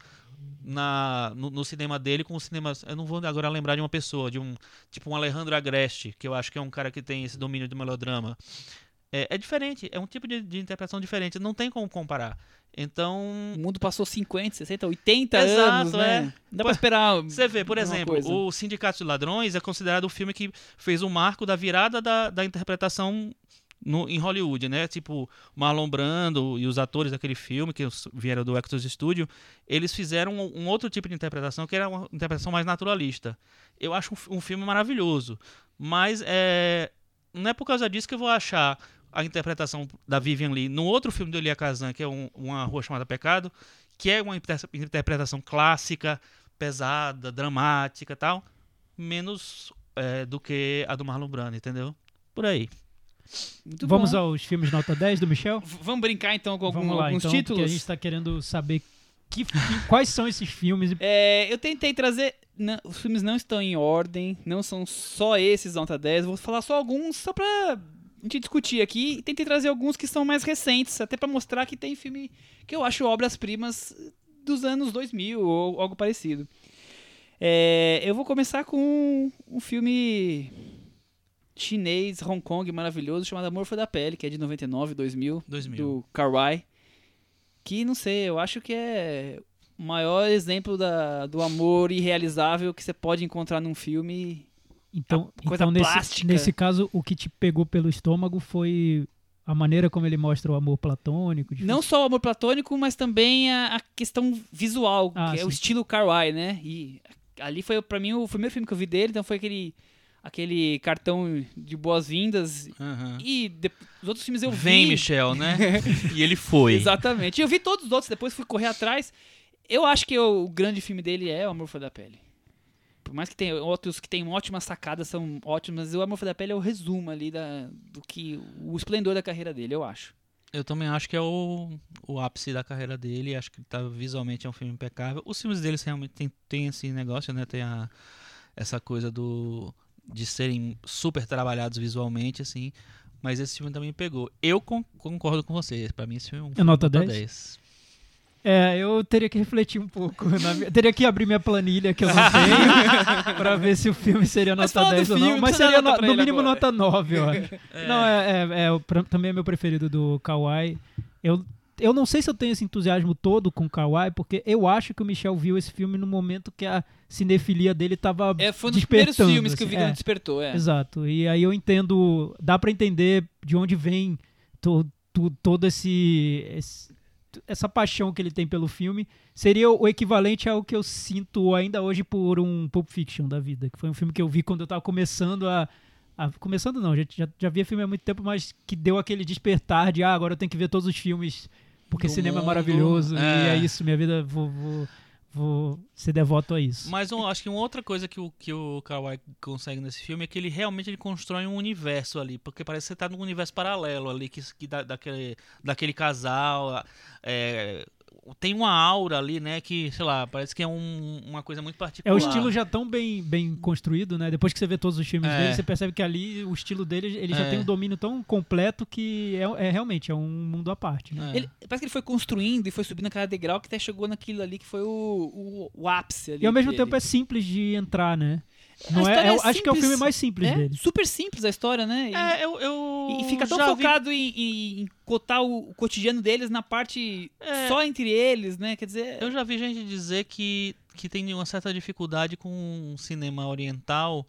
na, no, no cinema dele com o cinema. Eu não vou agora lembrar de uma pessoa, de um tipo um Alejandro Agreste, que eu acho que é um cara que tem esse domínio de melodrama. É, é diferente, é um tipo de, de interpretação diferente, não tem como comparar. Então. O mundo passou cinquenta, sessenta, oitenta Exato, anos, né? é. Não dá pra esperar. Você vê, por exemplo, coisa. o Sindicato de Ladrões é considerado o filme que fez o marco da virada da, da interpretação no, em Hollywood, né? Tipo, Marlon Brando e os atores daquele filme, que vieram do Actors Studio, eles fizeram um, um outro tipo de interpretação, que era uma interpretação mais naturalista. Eu acho um, um filme maravilhoso, mas é, não é por causa disso que eu vou achar a interpretação da Vivian Leigh no outro filme do Elia Kazan, que é um, Uma Rua Chamada Pecado, que é uma inter- interpretação clássica, pesada, dramática e tal, menos é, do que a do Marlon Brando, entendeu? Por aí. Muito Vamos bom. aos filmes nota dez do Michel? V- Vamos brincar então com algum- Vamos lá, alguns então, títulos? porque a gente tá querendo saber que, que- quais são esses filmes. É, eu tentei trazer. Não, os filmes não estão em ordem, não são só esses nota dez. Vou falar só alguns só pra a gente discutir aqui. E tentei trazer alguns que são mais recentes, até pra mostrar que tem filme que eu acho obras-primas dos anos dois mil ou algo parecido. É, eu vou começar com um filme chinês, Hong Kong, maravilhoso, chamado Amor Foi da Pele, que é de noventa e nove, dois mil, dois mil. do Kar-wai. Que, não sei, eu acho que é o maior exemplo da, do amor irrealizável que você pode encontrar num filme. Então, coisa então nesse, plástica. nesse caso, o que te pegou pelo estômago foi a maneira como ele mostra o amor platônico. difícil. Não só o amor platônico, mas também a, a questão visual, Ah, que é o sim. estilo Kar-wai, né? E ali foi, pra mim, o primeiro filme que eu vi dele, então foi aquele, aquele cartão de boas-vindas. Uhum. E de- os outros filmes eu vi. Vem, Michel, né? E ele foi. Exatamente. E eu vi todos os outros, depois fui correr atrás. Eu acho que o grande filme dele é O Amor Foi da Pele. Por mais que tenha outros que tem ótimas sacadas, são ótimas, o Amor Foi da Pele é o resumo ali da, do que o esplendor da carreira dele, eu acho. Eu também acho que é o, o ápice da carreira dele. Acho que tá, visualmente é um filme impecável. Os filmes deles realmente tem, tem esse negócio, né? Tem a, essa coisa do de serem super trabalhados visualmente, assim. Mas esse filme também me pegou. Eu con- concordo com você. Pra mim esse filme é um filme nota nota dez? dez. É, eu teria que refletir um pouco. na minha- teria que abrir minha planilha, que eu não tenho, pra ver se o filme seria Mas nota fala do dez ou filme, não. não Mas precisa seria dar nota no, pra no ele mínimo agora. nota nove, eu acho. Não, é, é, é, o- pra- também é meu preferido do Kar-wai. Eu, eu não sei se eu tenho esse entusiasmo todo com o Kar-wai, porque eu acho que o Michel viu esse filme no momento que a cinefilia dele tava É, foi um dos primeiros despertando. filmes que eu vi assim, quando é. despertou, é. Exato. E aí eu entendo, dá pra entender de onde vem to, to, todo esse, esse- essa paixão que ele tem pelo filme. Seria o equivalente ao que eu sinto ainda hoje por um Pulp Fiction da vida, que foi um filme que eu vi quando eu tava começando a... a- começando não, já, já, já via filme há muito tempo, mas que deu aquele despertar de, ah, agora eu tenho que ver todos os filmes, porque Do cinema é mundo. maravilhoso, e É. é isso, minha vida, vou, vou, vou ser devoto a isso. Mas eu acho que uma outra coisa que o, que o Kar-wai consegue nesse filme é que ele realmente ele constrói um universo ali, porque parece que você tá num universo paralelo ali, que, que dá, daquele, daquele casal, é, tem uma aura ali, né, que, sei lá, parece que é um, uma coisa muito particular. É o estilo já tão bem, bem construído, né? Depois que você vê todos os filmes É. dele, você percebe que ali o estilo dele, ele já É. tem um domínio tão completo que é, é realmente é um mundo à parte, né? É. Ele, parece que ele foi construindo e foi subindo aquela degrau que até chegou naquilo ali que foi o, o, o ápice ali. E ao mesmo dele. tempo é simples de entrar, né? A Não é, história é- é acho que é o simples. filme mais simples É dele. super simples a história, né? E, É, eu, eu e fica tão já vi- focado em, em, em cotar o, o cotidiano deles na parte É. só entre eles, né? Quer dizer, Eu já vi gente dizer que, que tem uma certa dificuldade com o cinema oriental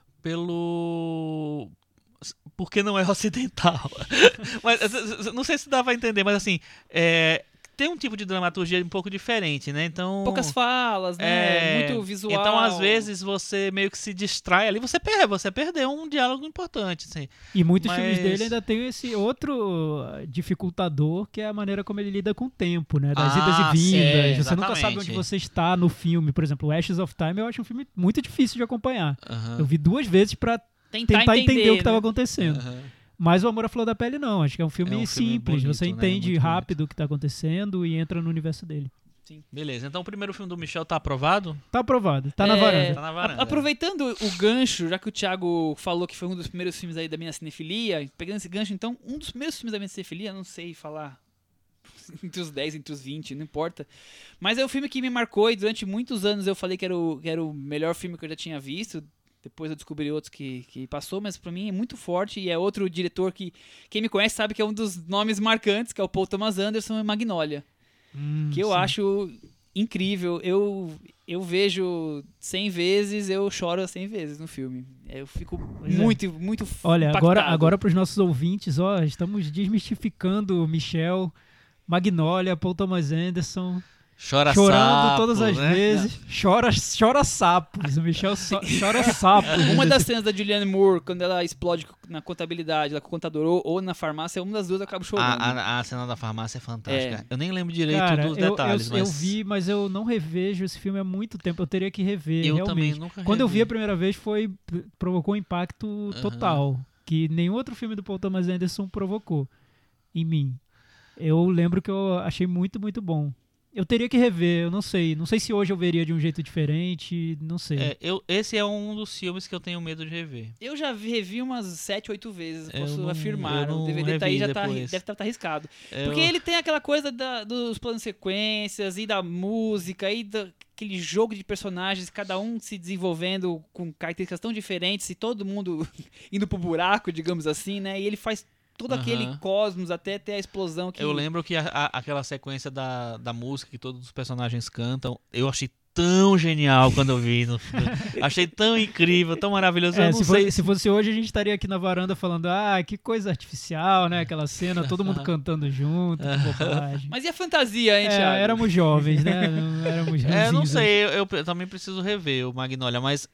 pelo... porque não é ocidental. Mas não sei se dá pra entender, mas assim, é, tem um tipo de dramaturgia um pouco diferente, né? Então... poucas falas, né? É, Muito visual. Então, às vezes, você meio que se distrai ali, você perde, você perdeu um diálogo importante, assim. E muitos Mas- filmes dele ainda tem esse outro uh, dificultador, que é a maneira como ele lida com o tempo, né? Das Ah, idas e vindas. sim, Você nunca sabe exatamente. onde você está no filme. Por exemplo, o Ashes of Time eu acho um filme muito difícil de acompanhar. Aham. Eu vi duas vezes pra tentar, tentar entender, o que né? estava acontecendo. Aham. Mas o Amor à Flor da Pele não. Acho que é um filme, É um filme simples. bonito, você né? entende Muito rápido o que está acontecendo e entra no universo dele. Beleza, então o primeiro filme do Michel tá aprovado? Tá aprovado. Tá na É, varanda. Tá na varanda. A- Aproveitando o gancho, já que o Thiago falou que foi um dos primeiros filmes aí da minha cinefilia, pegando esse gancho, então, um dos primeiros filmes da minha cinefilia, não sei falar entre os dez, entre os vinte, não importa. Mas é um filme que me marcou e durante muitos anos eu falei que era o, que era o melhor filme que eu já tinha visto. Depois eu descobri outros que, que passou, mas pra mim é muito forte e é outro diretor que quem me conhece sabe que é um dos nomes marcantes, que é o Paul Thomas Anderson e Magnolia, Hum, que eu sim. acho incrível. Eu, eu vejo cem vezes, eu choro cem vezes no filme. Eu fico Pois é. muito, muito Olha, agora, impactado. agora para os nossos ouvintes, ó, estamos desmistificando o Michel, Magnolia, Paul Thomas Anderson, Chora chorando sapo, todas as né? vezes, chora, chora sapos. O Michel so- chora sapos. Uma nesse- das cenas da Julianne Moore, quando ela explode na contabilidade, lá com o contador, ou, ou na farmácia, uma das duas eu acabo chorando. A, a, a cena da farmácia é fantástica. Eu nem lembro direito Cara, dos eu, detalhes, eu, eu mas vi, mas eu não revejo esse filme há muito tempo. Eu teria que rever, eu realmente. também nunca Quando eu vi revi. a primeira vez, foi provocou um impacto total, que nenhum outro filme do Paul Thomas Anderson provocou em mim. Eu lembro que eu achei muito, muito bom. Eu teria que rever, eu não sei. Não sei se hoje eu veria de um jeito diferente, não sei. É, eu, esse é um dos filmes que eu tenho medo de rever. Eu já vi- revi umas sete, oito vezes, Eu posso não- afirmar. eu não O D V D tá aí, revi já tá, depois. deve estar tá arriscado. Eu- Porque ele tem aquela coisa da- dos planos sequências e da música e daquele jogo de personagens, cada um se desenvolvendo com características tão diferentes e todo mundo indo pro buraco, digamos assim, né? E ele faz todo Aham. aquele cosmos até ter a explosão que... Eu lembro que a- a- aquela sequência da, da música que todos os personagens cantam, eu achei tão genial quando eu vi. No filme. Achei tão incrível, tão maravilhoso. É, eu não se, sei fosse, se fosse hoje, a gente estaria aqui na varanda falando, ah, que coisa artificial, né? Aquela cena, todo mundo cantando junto, que bobagem. Mas e a fantasia, hein, É, Thiago? éramos jovens, né? Não éramos É, eu não ranzinhos. sei, eu, eu também preciso rever o Magnolia, mas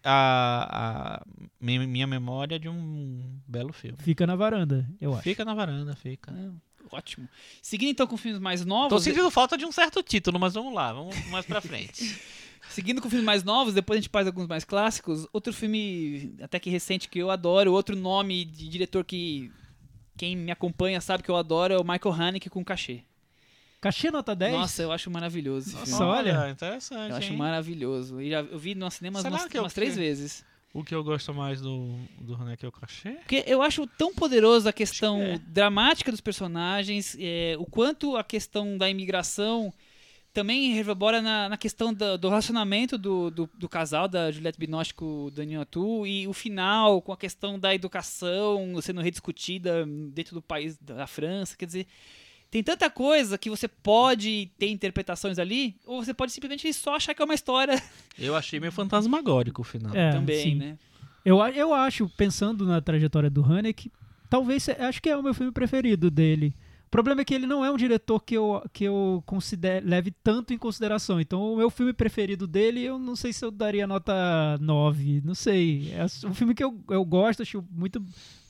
a, a minha, minha memória é de um belo filme. Fica na varanda, eu acho. Fica na varanda, fica. Ah, ótimo. Seguindo então com filmes mais novos... Tô sentindo falta de um certo título, mas vamos lá, vamos mais pra frente. Seguindo com filmes mais novos, depois a gente faz alguns mais clássicos. Outro filme, até que recente, que eu adoro, outro nome de diretor que quem me acompanha sabe que eu adoro, é o Michael Haneke com Cachê. Cachê nota dez? Nossa, eu acho maravilhoso esse Nossa, filme. olha. interessante. Eu acho hein? maravilhoso. E já- eu vi no cinema Será umas, que é o umas quê? três vezes. O que eu gosto mais do, do Haneke é o cachê? Porque eu acho tão poderoso a questão Acho que é. dramática dos personagens, é, o quanto a questão da imigração também reverbera na, na questão da- do relacionamento do, do, do casal, da Juliette Binoche com o Daniel Auteuil, e o final com a questão da educação sendo rediscutida dentro do país da França. Quer dizer, tem tanta coisa que você pode ter interpretações ali, ou você pode simplesmente só achar que é uma história Eu achei meio fantasmagórico o final. É, também, sim. né? Eu, a- eu acho, pensando na trajetória do Haneke, talvez, se- acho que é o meu filme preferido dele. O problema é que ele não é um diretor que eu, que eu considere, leve tanto em consideração. Então, o meu filme preferido dele, eu não sei se eu daria nota nove, não sei. É um filme que eu, eu gosto, acho muito...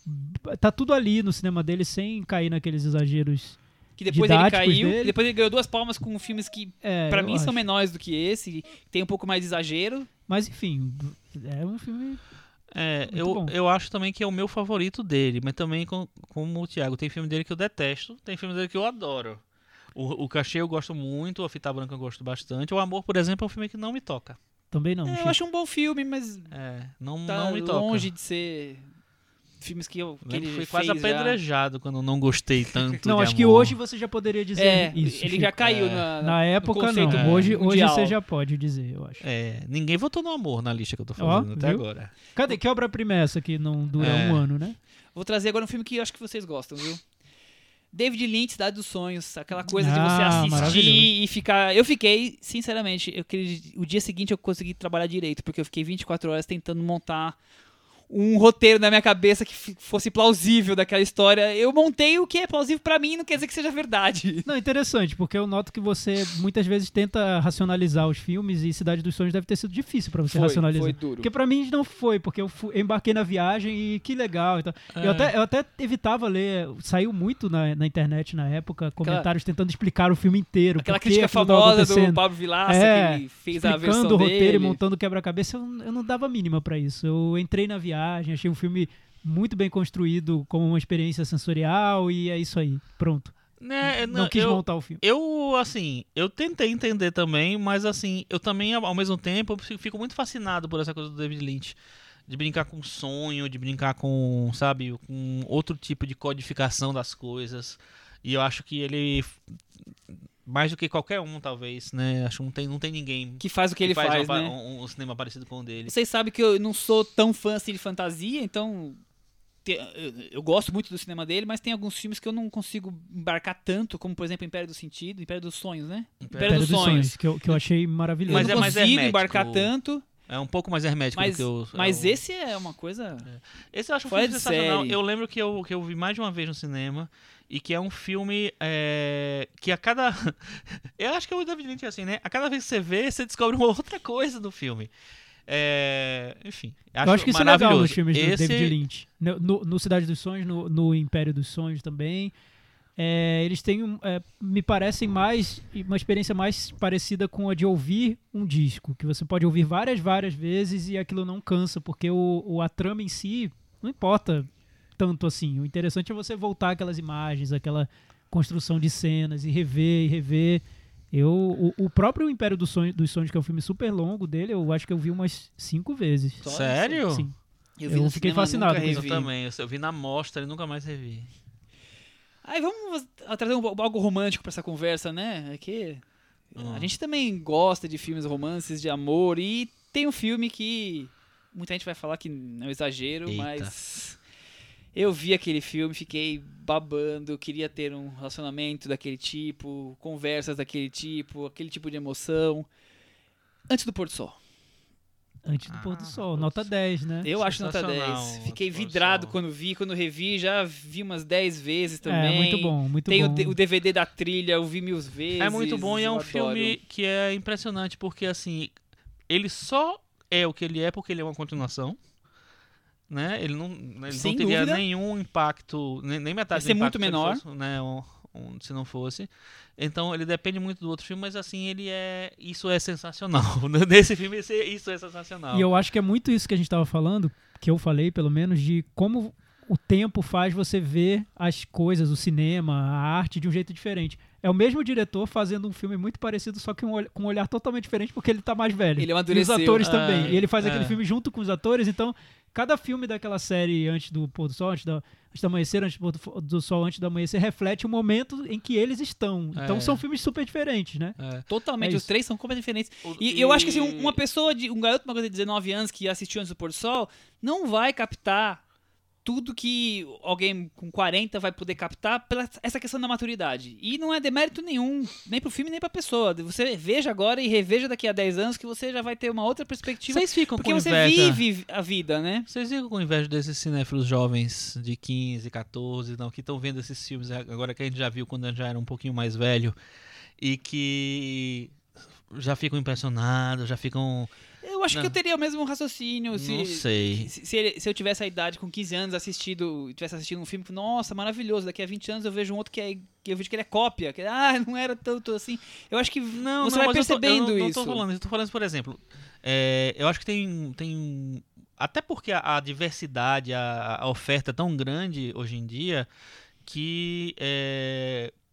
Tá tudo ali no cinema dele, sem cair naqueles exageros. Que depois ele Didáticos caiu, dele. e depois ele ganhou duas palmas com filmes que É, pra eu mim são acho. menores do que esse, tem um pouco mais de exagero. Mas, enfim, é um filme... É, Muito eu, bom. eu acho também que é o meu favorito dele, mas também com, como o Thiago, tem filme dele que eu detesto, tem filme dele que eu adoro. O, o Cachê eu gosto muito, A Fita Branca eu gosto bastante. O Amor, por exemplo, é um filme que não me toca. Também não. É, Chico. eu acho um bom filme, mas É, não, tá não me toca. longe de ser filmes que, eu, que Lembro ele que fui quase fez já. apedrejado quando eu não gostei tanto Não, de acho que Amor. hoje você já poderia dizer É, isso. ele Chico. já caiu É. na, Na no época, não. conceito É. Hoje, hoje mundial. você já pode dizer, eu acho. É, ninguém votou no Amor na lista que eu tô Ó, fazendo até viu? agora. Cadê? Que obra-prima é essa que não dura É. um ano, né? Vou trazer agora um filme que eu acho que vocês gostam, viu? David Lynch, Cidade dos Sonhos, aquela coisa de Ah, você assistir maravilhoso. e ficar... Eu fiquei, sinceramente, eu queria... o dia seguinte eu consegui trabalhar direito, porque eu fiquei vinte e quatro horas tentando montar um roteiro na minha cabeça que f- fosse plausível daquela história. Eu montei o que é plausível pra mim, não quer dizer que seja verdade. Não, interessante, porque eu noto que você muitas vezes tenta racionalizar os filmes e Cidade dos Sonhos deve ter sido difícil pra você Foi, racionalizar. foi duro. Porque pra mim não foi, porque eu fu- embarquei na viagem e que legal. Então, É. eu, até, eu até evitava ler, saiu muito na, na internet na época, comentários tentando explicar o filme inteiro. Aquela por que crítica aquilo tava famosa do acontecendo. Pablo Vilaça, É, que fez a versão explicando o roteiro dele. e montando o quebra-cabeça, eu, eu não dava mínima pra isso. Eu entrei na viagem, achei o filme muito bem construído, como uma experiência sensorial, e é isso aí. Pronto. Né, Não, quis eu, montar o filme. Eu, assim, eu tentei entender também, mas assim, eu também, ao mesmo tempo, eu fico muito fascinado por essa coisa do David Lynch. De brincar com sonho, de brincar com, sabe, com outro tipo de codificação das coisas. E eu acho que ele, mais do que qualquer um, talvez, né? Acho que não tem, não tem ninguém Que faz o que ele faz, uma- né? um, um cinema parecido com o dele. Vocês sabem que eu não sou tão fã assim de fantasia, então te- eu, eu gosto muito do cinema dele, mas tem alguns filmes que eu não consigo embarcar tanto, como por exemplo Império do Sentido, Império dos Sonhos, né? Império, dos, Sonhos. que eu, que eu achei maravilhoso. Mas eu é não mais consigo hermético. embarcar tanto, É um pouco mais hermético mas, do que o... mas é o- esse é uma coisa... Esse eu acho um Fora filme de sensacional. série. Eu lembro que eu, que eu vi mais de uma vez no cinema e que é um filme é, que a cada... eu acho que o David Lynch é assim, né? A cada vez que você vê, você descobre uma outra coisa do filme. É, enfim, acho, eu acho que isso é legal maravilhoso. nos filmes do Esse... David Lynch. No, no- no Cidade dos Sonhos, no, no Império dos Sonhos também. É, eles têm, um, é, me parecem mais, uma experiência mais parecida com a de ouvir um disco, que você pode ouvir várias, várias vezes e aquilo não cansa, porque o, o- a trama em si não importa tanto assim. O interessante é você voltar aquelas imagens, aquela construção de cenas e rever e rever. Eu, o, o próprio Império dos Sonhos, dos Sonhos, que é um filme super longo dele, eu acho que eu vi umas cinco vezes. Só Sério? Sim. vi Eu no fiquei cinema, fascinado nunca com Eu revi. também, eu vi na mostra e nunca mais revi. Aí vamos trazer um, algo romântico pra essa conversa, né? É que Hum. a gente também gosta de filmes romances de amor e tem um filme que muita gente vai falar que é um exagero, Eita. mas eu vi aquele filme, fiquei babando, queria ter um relacionamento daquele tipo, conversas daquele tipo, aquele tipo de emoção. Antes do Pôr do Sol. Antes do Ah, pôr do sol, Pôr do nota Sol. dez, né? Eu acho nota Sensacional, dez. Antes Fiquei do Pôr do vidrado Sol. quando vi, quando revi, já vi umas dez vezes É, também. muito bom, muito Tem o bom. D- o D V D da trilha, eu vi mil vezes. É muito bom e é eu um adoro. filme que é impressionante porque assim, ele só é o que ele é porque ele é uma continuação, né? Ele não, ele Sem não teria dúvida. nenhum impacto, nem, nem metade Ia ser do impacto muito menor. se, ele fosse, né, um- um- se não fosse. Então ele depende muito do outro filme, mas assim, ele é, isso é sensacional. Nesse filme esse- isso é sensacional. E eu acho que é muito isso que a gente estava falando, que eu falei pelo menos, de como o tempo faz você ver as coisas, o cinema, a arte de um jeito diferente. É o mesmo diretor fazendo um filme muito parecido, só que um olh- com um olhar totalmente diferente, porque ele tá mais velho. Ele E os amadureceu. atores É, também. E ele faz é. aquele filme junto com os atores, então cada filme daquela série antes do pôr do sol, antes, da, antes do amanhecer, antes do, pôr do fo- do sol, antes do amanhecer, reflete o momento em que eles estão. Então É. são filmes super diferentes, né? É. Totalmente, É os isso. três são completamente diferentes. O- E, eu acho que assim, um- uma pessoa, de um garoto uma coisa de dezenove anos que assistiu Antes do Pôr do Sol, não vai captar tudo que alguém com quarenta vai poder captar pela essa questão da maturidade. E não é demérito nenhum, nem pro filme, nem pra pessoa. Você veja agora e reveja daqui a dez anos que você já vai ter uma outra perspectiva. Vocês ficam Porque com você inveja. vive a vida, né? Vocês ficam com inveja desses cinéfilos jovens de quinze, catorze, não, que estão vendo esses filmes agora que a gente já viu quando já era um pouquinho mais velho e que já ficam impressionados, já ficam... Eu acho Não. que eu teria o mesmo raciocínio se, Não sei. se, se, ele- se eu tivesse a idade com quinze anos assistido, tivesse assistido um filme, nossa, maravilhoso, daqui a vinte anos eu vejo um outro que, é, que eu vejo que ele é cópia, que ah, não era tanto assim. Eu acho que Não, você não, vai mas eu tô- percebendo eu não, isso. Não tô falando isso, eu tô falando, por exemplo, é, eu acho que tem, tem até porque a, a diversidade, a, a oferta é tão grande hoje em dia que é,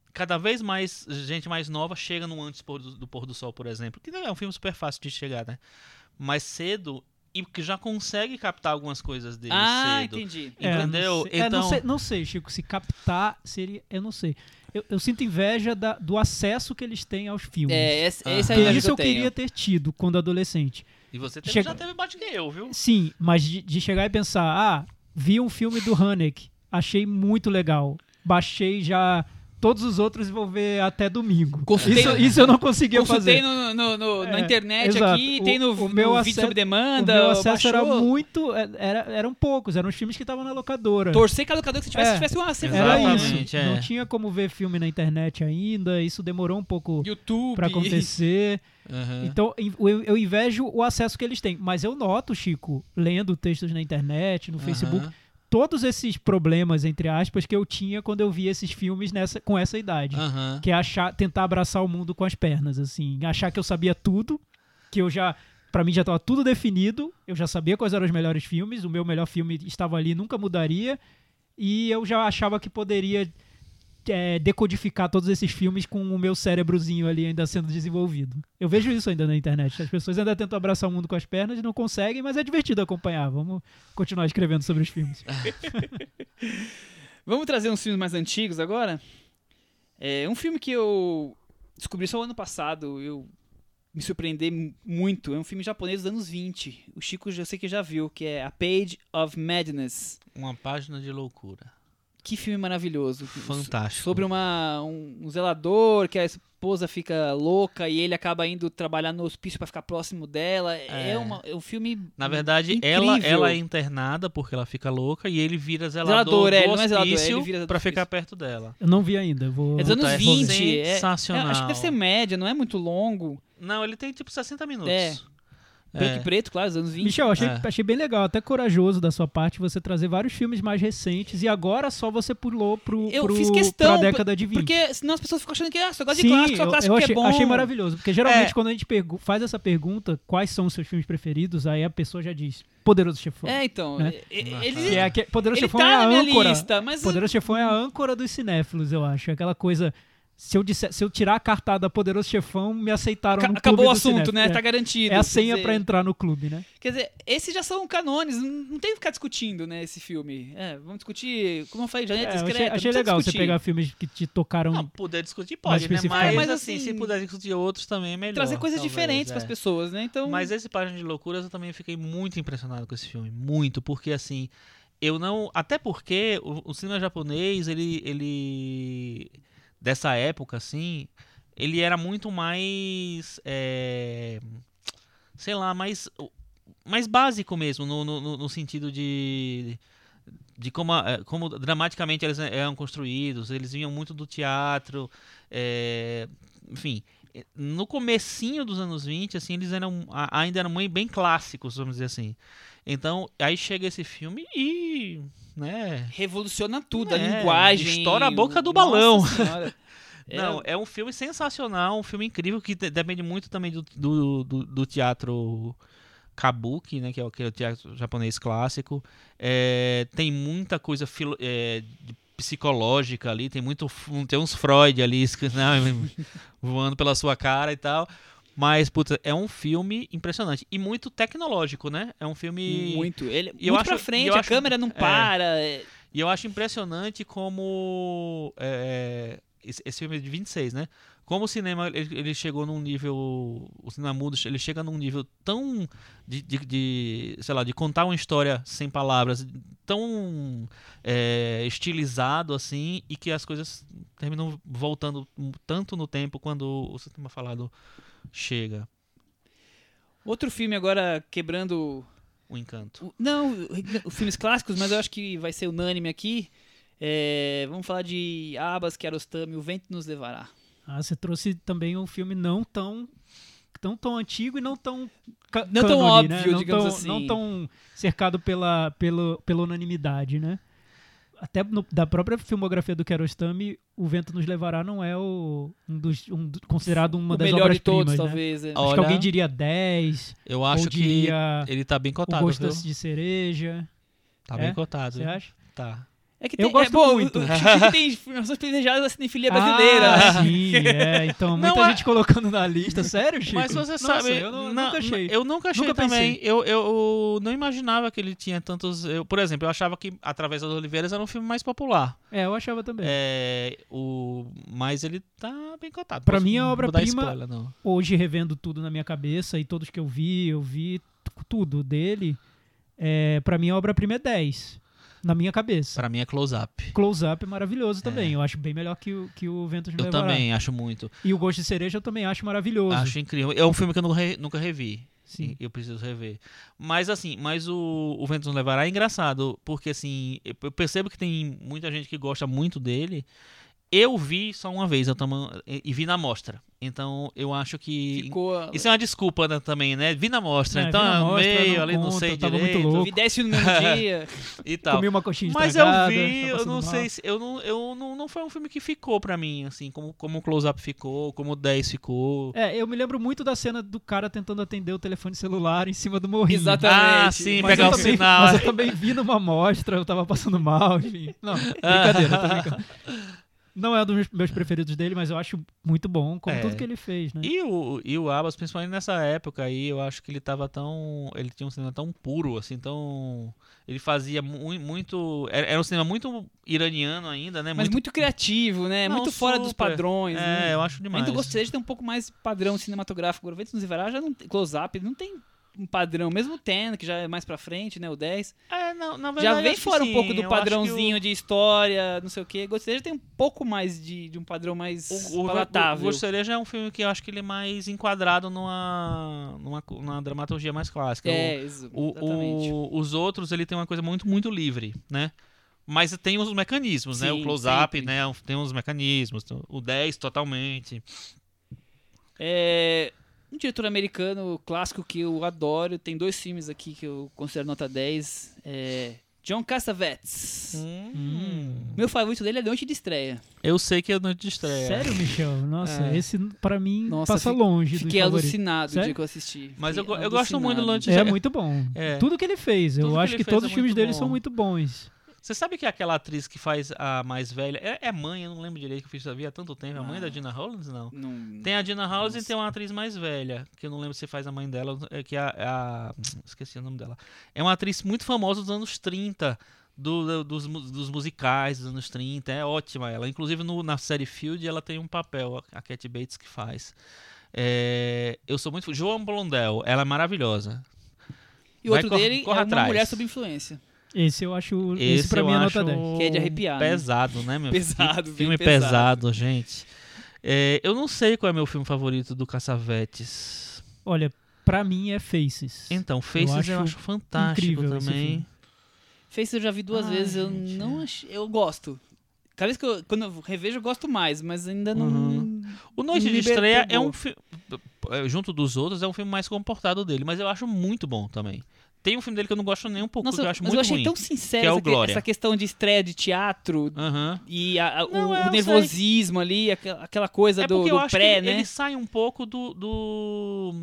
cada vez mais gente mais nova chega no Antes do, do Pôr do Sol, por exemplo. Que não é um filme super fácil de chegar, né? Mas cedo e que já consegue captar algumas coisas dele Ah, cedo. entendi. É, Entendeu? não sei, é, Então, não, sei, não sei, Chico, se captar seria. Eu não sei. Eu, eu sinto inveja da- do acesso que eles têm aos filmes. É, esse, Ah. esse é a Porque inveja isso que eu eu tenho. queria ter tido quando adolescente. e você teve- Chega- já teve bate que eu, viu? Sim, mas de, de chegar e pensar, ah, vi um filme do Haneke, achei muito legal. Baixei já todos os outros e vou ver até domingo. Consultei isso, no- isso eu não conseguia Consultei fazer. no, no- no- na É, internet exato. aqui, O- tem no, o no meu vídeo acesso- sob O demanda. meu acesso era baixou. muito. Era, eram poucos, eram os filmes que estavam na locadora. Torcer que a locadora que você tivesse, É. tivesse uma C V. Era Exatamente, isso. é. Não tinha como ver filme na internet ainda. Isso demorou um pouco YouTube. pra acontecer. Aham. Então, eu, eu invejo o acesso que eles têm. Mas eu noto, Chico, lendo textos na internet, no Facebook, Aham. todos esses problemas, entre aspas, que eu tinha quando eu via esses filmes nessa, com essa idade. Aham. Que é achar, tentar abraçar o mundo com as pernas, assim. Achar que eu sabia tudo, que eu já... Pra mim já estava tudo definido, eu já sabia quais eram os melhores filmes, o meu melhor filme estava ali, nunca mudaria, e eu já achava que poderia é, decodificar todos esses filmes com o meu cérebrozinho ali ainda sendo desenvolvido. Eu vejo isso ainda na internet, as pessoas ainda tentam abraçar o mundo com as pernas e não conseguem, mas é divertido acompanhar. Vamos continuar escrevendo sobre os filmes. Vamos trazer uns filmes mais antigos agora? É um filme que eu descobri só o ano passado, eu me surpreendei muito. É um filme japonês dos anos vinte. O Chico, eu sei que já viu, que é A Page of Madness. Uma página de loucura. Que filme maravilhoso. Fantástico. Sobre uma, um, um zelador que a esposa fica louca e ele acaba indo trabalhar no hospício pra ficar próximo dela. É, É. uma, é um filme Na verdade, incrível. ela, ela é internada porque ela fica louca e ele vira zelador, Zelador, é, do ele não é zelador, hospício ele vira do pra hospício. ficar perto dela. Eu não vi ainda, vou... É dos anos Puta, é vinte. É, sensacional. é, acho que deve ser média, não é muito longo. Não, ele tem tipo sessenta minutos. É. Preto É. e preto, claro, dos anos vinte. Michel, achei, É. achei bem legal, até corajoso da sua parte você trazer vários filmes mais recentes e agora só você pulou pro, Eu pro, fiz questão, pra década de vinte. Porque senão as pessoas ficam achando que ah, só gosta Sim, de clássico, só eu, clássico eu que achei, é bom. achei maravilhoso, porque geralmente É. quando a gente pergu- faz essa pergunta, quais são os seus filmes preferidos, aí a pessoa já diz, Poderoso Chefão. É, então. Né? e- e- Aham. Ele, Que é aque- Poderoso ele Chefão tá é a na minha âncora. lista, mas... Poderoso Chefão é a âncora dos cinéfilos, eu acho. Aquela coisa... Se eu, disser, se eu tirar a cartada Poderoso Chefão, me aceitaram Ca- no clube Acabou o do assunto, cinéfilo. né? É. Tá garantido. É a quer senha dizer- pra entrar no clube, né? Quer dizer, esses já são canones, não, não tem que ficar discutindo, né, esse filme. É, vamos discutir, como eu falei, Janeta É, eu Discreta. achei não achei precisa legal você discutir. pegar filmes que te tocaram... Não, puder discutir Mais pode, né? especificamente. Mas, Mas, assim, assim, se puder discutir outros também é melhor. Trazer coisas talvez, diferentes é. pras pessoas, né? Então, Mas esse Página de Loucuras eu também fiquei muito impressionado com esse filme. Muito, porque assim, eu não... Até porque o, o cinema japonês, ele, ele... Dessa época, assim, ele era muito mais... é, sei lá, mais... mais básico mesmo, no, no, no sentido de... de como, a- como dramaticamente eles eram construídos. Eles vinham muito do teatro, é, enfim... No comecinho dos anos vinte, assim, eles eram a- ainda eram bem, bem clássicos, vamos dizer assim. Então, aí chega esse filme e, né, revoluciona tudo, a É, linguagem. estoura a boca do Nossa balão. Senhora. É, não, é um filme sensacional, um filme incrível que de- depende muito também do, do, do, do teatro kabuki, né, que é o, que é o teatro japonês clássico. É, tem muita coisa filo, é, de psicológica ali, tem muito, tem uns Freud ali, né, voando pela sua cara e tal. Mas, puta, é um filme impressionante e muito tecnológico, né? É um filme muito. Ele, E eu muito acho- pra e frente, eu a acho- câmera não é. para. é- E eu acho impressionante como é, esse, esse filme é de vinte e seis, né? Como o cinema ele, ele chegou num nível, o cinema mudo ele chega num nível tão de, de, de, sei lá, de contar uma história sem palavras, tão é, estilizado assim, e que as coisas terminam voltando tanto no tempo quando o cinema falado chega, Outro filme agora quebrando. o encanto. o- Não, os filmes clássicos, mas eu acho que vai ser unânime aqui. É, vamos falar de Abbas Kiarostami, O Vento Nos Levará. Ah, você trouxe também um filme não tão tão, tão antigo e não tão ca- Não tão cânone, óbvio, né? não digamos tão, assim. Não tão cercado pela, pelo, pela unanimidade, né? Até no- da própria filmografia do Kiarostami, O Vento Nos Levará não é o, um dos, um do- considerado uma o das melhor de todos, obras-primas, né? talvez. é. Ó, Acho que Olha, alguém diria dez, Eu acho ou que diria ele tá bem O cotado, Gosto viu? de Cereja. Tá É? bem cotado. Você viu? acha? Tá. É que Eu tem, gosto é, bom, muito. O, o Chico tem informações privilegiadas da cinefilia brasileira. Ah, né? sim, é. Então, muita Não, gente colocando na lista. Sério, Chico? Mas você Nossa, sabe, eu não- na- nunca achei. Eu nunca achei Nunca também. pensei. Eu, eu não imaginava que ele tinha tantos. Eu, por exemplo, eu achava que Através das Oliveiras era um filme mais popular. É, eu achava também. É, o, mas ele tá bem cotado. Pra Posso- mim, a não vou dar obra-prima- spoiler, não. Hoje, revendo tudo na minha cabeça e todos que eu vi, eu vi t- tudo dele. É, pra mim, a obra-prima é dez. Na minha cabeça. Pra mim é Close-Up. Close-Up é maravilhoso também. Eu acho bem melhor que o, que o Ventos Me Eu Levará. também acho muito. E o Gosto de Cereja eu também acho maravilhoso. Acho incrível. É um filme que eu nunca, re- nunca revi. Sim. Eu preciso rever. Mas assim, mas o, o Vento nos Levará é engraçado, porque assim, eu eu percebo que tem muita gente que gosta muito dele. Eu vi só uma vez, eu tamo, e, e vi na mostra. Então eu acho que. Ficou. Isso é uma desculpa, né, também, né? Vi na mostra, É, então vi na é mostra, meio não ali, não conta, sei eu tava direito. muito Eu louco. vi dez no mesmo dia. E tal. Comi uma coxinha Mas eu estragada, vi, tá eu passando não mal. sei se. Eu não, eu não, não foi um filme que ficou pra mim, assim, como, como o Close-Up ficou, como o dez ficou. É, eu me lembro muito da cena do cara tentando atender o telefone celular em cima do morrinho. Exatamente. Ah, sim, Mas pegar eu o também- sinal. Mas eu também vi numa mostra, eu tava passando mal, enfim. Não, brincadeira, tô brincando. Não é um dos meus preferidos dele, mas eu acho muito bom, como É. tudo que ele fez, né? E o, e o Abbas, principalmente nessa época aí, eu acho que ele tava tão. Ele tinha um cinema tão puro, assim, tão. Ele fazia mu muito. Era, era um cinema muito iraniano ainda, né? Mas muito criativo, né? Não, muito fora dos super. padrões. É, né? eu acho demais. Ainda gostaria de ter um pouco mais padrão cinematográfico. Agora, Ventos nos Levará já não tem. Close-Up não tem um padrão. Mesmo o Ten, que já é mais pra frente, né? O dez. É, não, na verdade, Já vem acho que fora um sim, pouco do eu padrãozinho acho que de história, não sei o quê. Gostaria de ter um pouco mais de, de um padrão mais O, o, palatável. o, o Gostaria é um filme que eu acho que ele é mais enquadrado numa, numa, numa dramaturgia mais clássica. É, ex- O- exatamente. o- os outros, ele tem uma coisa muito, muito livre, né? Mas tem os mecanismos, né? O Sim, close-up, sempre. né? Tem os mecanismos. O dez, totalmente. É, um diretor americano clássico que eu adoro. Tem dois filmes aqui que eu considero nota dez. É John Cassavetes. Hum. Meu favorito dele é Noite de Estreia. Eu sei que é noite de estreia. Sério, Michel? Nossa, É. esse pra mim Nossa, passa fi- longe do Fiquei favorito. alucinado Sério? no dia que eu assisti. Mas eu, Fiquei go- eu gosto muito do alucinado. Noite de É Estreia. muito bom. É. Tudo que ele fez. Tudo eu que acho ele que fez todos é os filmes muito dele bom. são muito bons. Você sabe que é aquela atriz que faz a mais velha? É, é mãe, eu não lembro direito que eu fiz sabia há tanto tempo. É a mãe Ah. da Dina Hollins, não? Não- Tem a Dina Hollins e Nossa. tem uma atriz mais velha, que eu não lembro se faz a mãe dela, é que é a, é a- esqueci o nome dela. É uma atriz muito famosa dos anos trinta, do, do- dos, mu- dos musicais dos anos trinta, é ótima ela. Inclusive no- na série Field ela tem um papel, a, a Cat Bates que faz. É, eu sou muito... Joan Blondell, ela é maravilhosa. E Vai, outro corre- dele corre é atrás. Uma Mulher Sob Influência. Esse eu acho. Esse, Esse pra eu mim é acho nota dez. Que é de arrepiar, né? pesado, né, meu? Pesado, Que bem filme pesado. pesado, gente. É, eu não sei qual é meu filme favorito do Cassavetes. Olha, pra mim é Faces. Então, Faces eu acho acho, fantástico incrível esse também. filme. Face eu já vi duas Ai, vezes, eu gente, não é. achei. Eu gosto. Cada vez que eu. Quando eu revejo, eu gosto mais, mas ainda não. Uhum. O Noite me de Estreia é pegou. um filme. Junto dos outros, é um filme mais comportado dele, mas eu acho muito bom também. Tem um filme dele que eu não gosto nem um pouco, Nossa, que eu acho mas muito eu achei ruim. tão sincero que é o essa, que- Glória. essa questão de estreia de teatro Aham. e a- a- Não, o, é, o eu nervosismo ali, aquela, aquela coisa É do, porque eu do acho pré, que ele, né? ele sai um pouco do, do.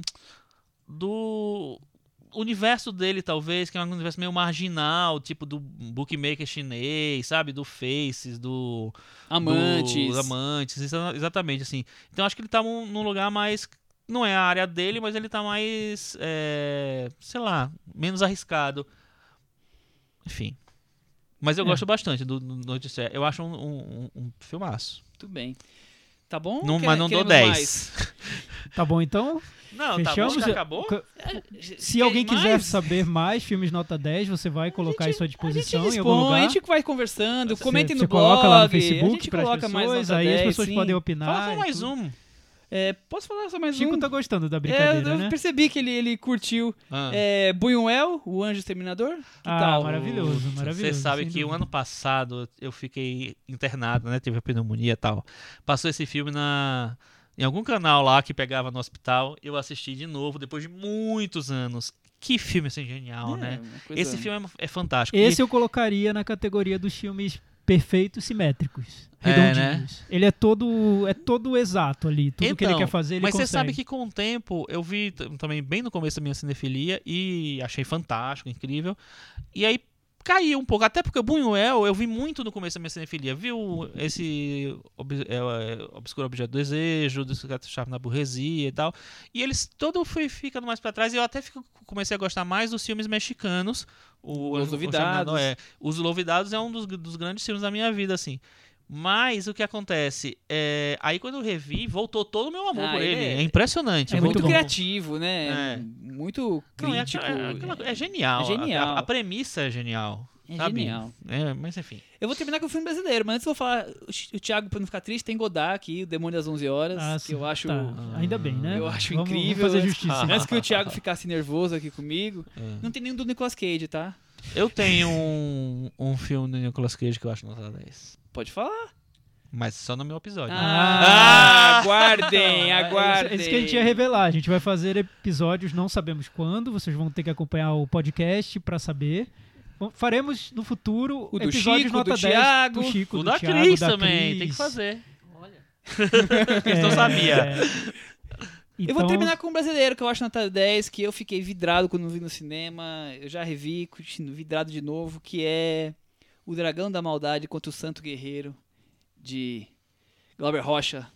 do universo dele, talvez, que é um universo meio marginal, tipo do bookmaker chinês, sabe? Do Faces, do. Amantes. Dos amantes, exa- exatamente, assim. Então acho que ele tá num, num lugar mais. Não é a área dele, mas ele tá mais. é, sei lá, menos arriscado. Enfim. Mas eu É. gosto bastante do, do Noite de Estreia. Eu acho um, um, um filmaço. Tudo bem. Tá bom? Não, Quer- mas não dou queremos dez. mais? Tá bom, então? Não, Fechamos? tá bom, já acabou? Ca- Se Se alguém quiser mais, saber mais filmes nota dez, você vai colocar a à sua gente disposição em dispõe, algum lugar. a gente vai conversando, Você- comentem você no blog, coloca lá no a Facebook gente para as coloca mais pessoas, nota aí as dez, pessoas sim. podem opinar. Fala só e mais tudo. um. É, posso falar só mais Chico um? tá gostando da É, brincadeira, eu né? percebi que ele, ele curtiu Ah. é, Buñuel, o Anjo Exterminador. Que Ah, tal? maravilhoso, maravilhoso. Você sabe sem que o dúvida. ano passado eu fiquei internado, né? Tive a pneumonia e tal. Passou esse filme na em algum canal lá que pegava no hospital. Eu assisti de novo depois de muitos anos. Que filme assim genial, É, né? uma coisa- Esse filme é, é fantástico. Esse E- eu colocaria na categoria dos filmes perfeitos, simétricos, É, redondinhos. Ele é todo é todo exato ali, tudo que ele Então, quer fazer ele mas consegue. você sabe que com o tempo eu vi t- também bem no começo da minha cinefilia e achei fantástico, incrível. E aí caí um pouco. Até porque o Buñuel, eu vi muito no começo da minha cinefilia. Viu esse ob, é, é, Obscuro Objeto do Desejo, do Chave na Burguesia e tal. E eles todo foi ficando mais pra trás. E eu até fico, comecei a gostar mais dos filmes mexicanos. O, Os Olvidados. O, é, Os Olvidados é um dos, dos grandes filmes da minha vida, assim. Mas o que acontece? É, aí quando eu revi, voltou todo o meu amor Ah, por ele. ele é- É impressionante. É, É muito, muito bom. criativo, né? É. Muito Não, é, crítico. é, aquela- é genial. É genial. A, a premissa é genial. É sabe? genial. É, mas enfim. Eu vou terminar com o filme brasileiro, mas antes eu vou falar. O Ch- o Thiago, pra não ficar triste, tem Godard aqui, O Demônio das onze horas, Ah, que sim. eu acho. Tá. Ainda bem, né? Eu acho Vamos- incrível. Vamos fazer antes- justiça. Antes que o Thiago ficasse nervoso aqui comigo. É. Não tem nenhum do Nicolas Cage, tá? Eu tenho um, um filme do Nicolas Cage que eu acho nota dez. Pode falar. Mas só no meu episódio. Ah, aguardem, É aguardem. isso, é isso que a gente ia revelar. A gente vai fazer episódios, não sabemos quando. Vocês vão ter que acompanhar o podcast pra saber. Bom, faremos no futuro O do episódios Chico, nota do dez Thiago, do Chico, O do da Thiago, Cris da também, Cris. tem que fazer. É, Eles não sabia. Eu vou então, terminar com um brasileiro que eu acho nota dez, que eu fiquei vidrado quando vi no cinema. Eu já revi, continuo vidrado de novo, que é O Dragão da Maldade contra o Santo Guerreiro, de Glauber Rocha.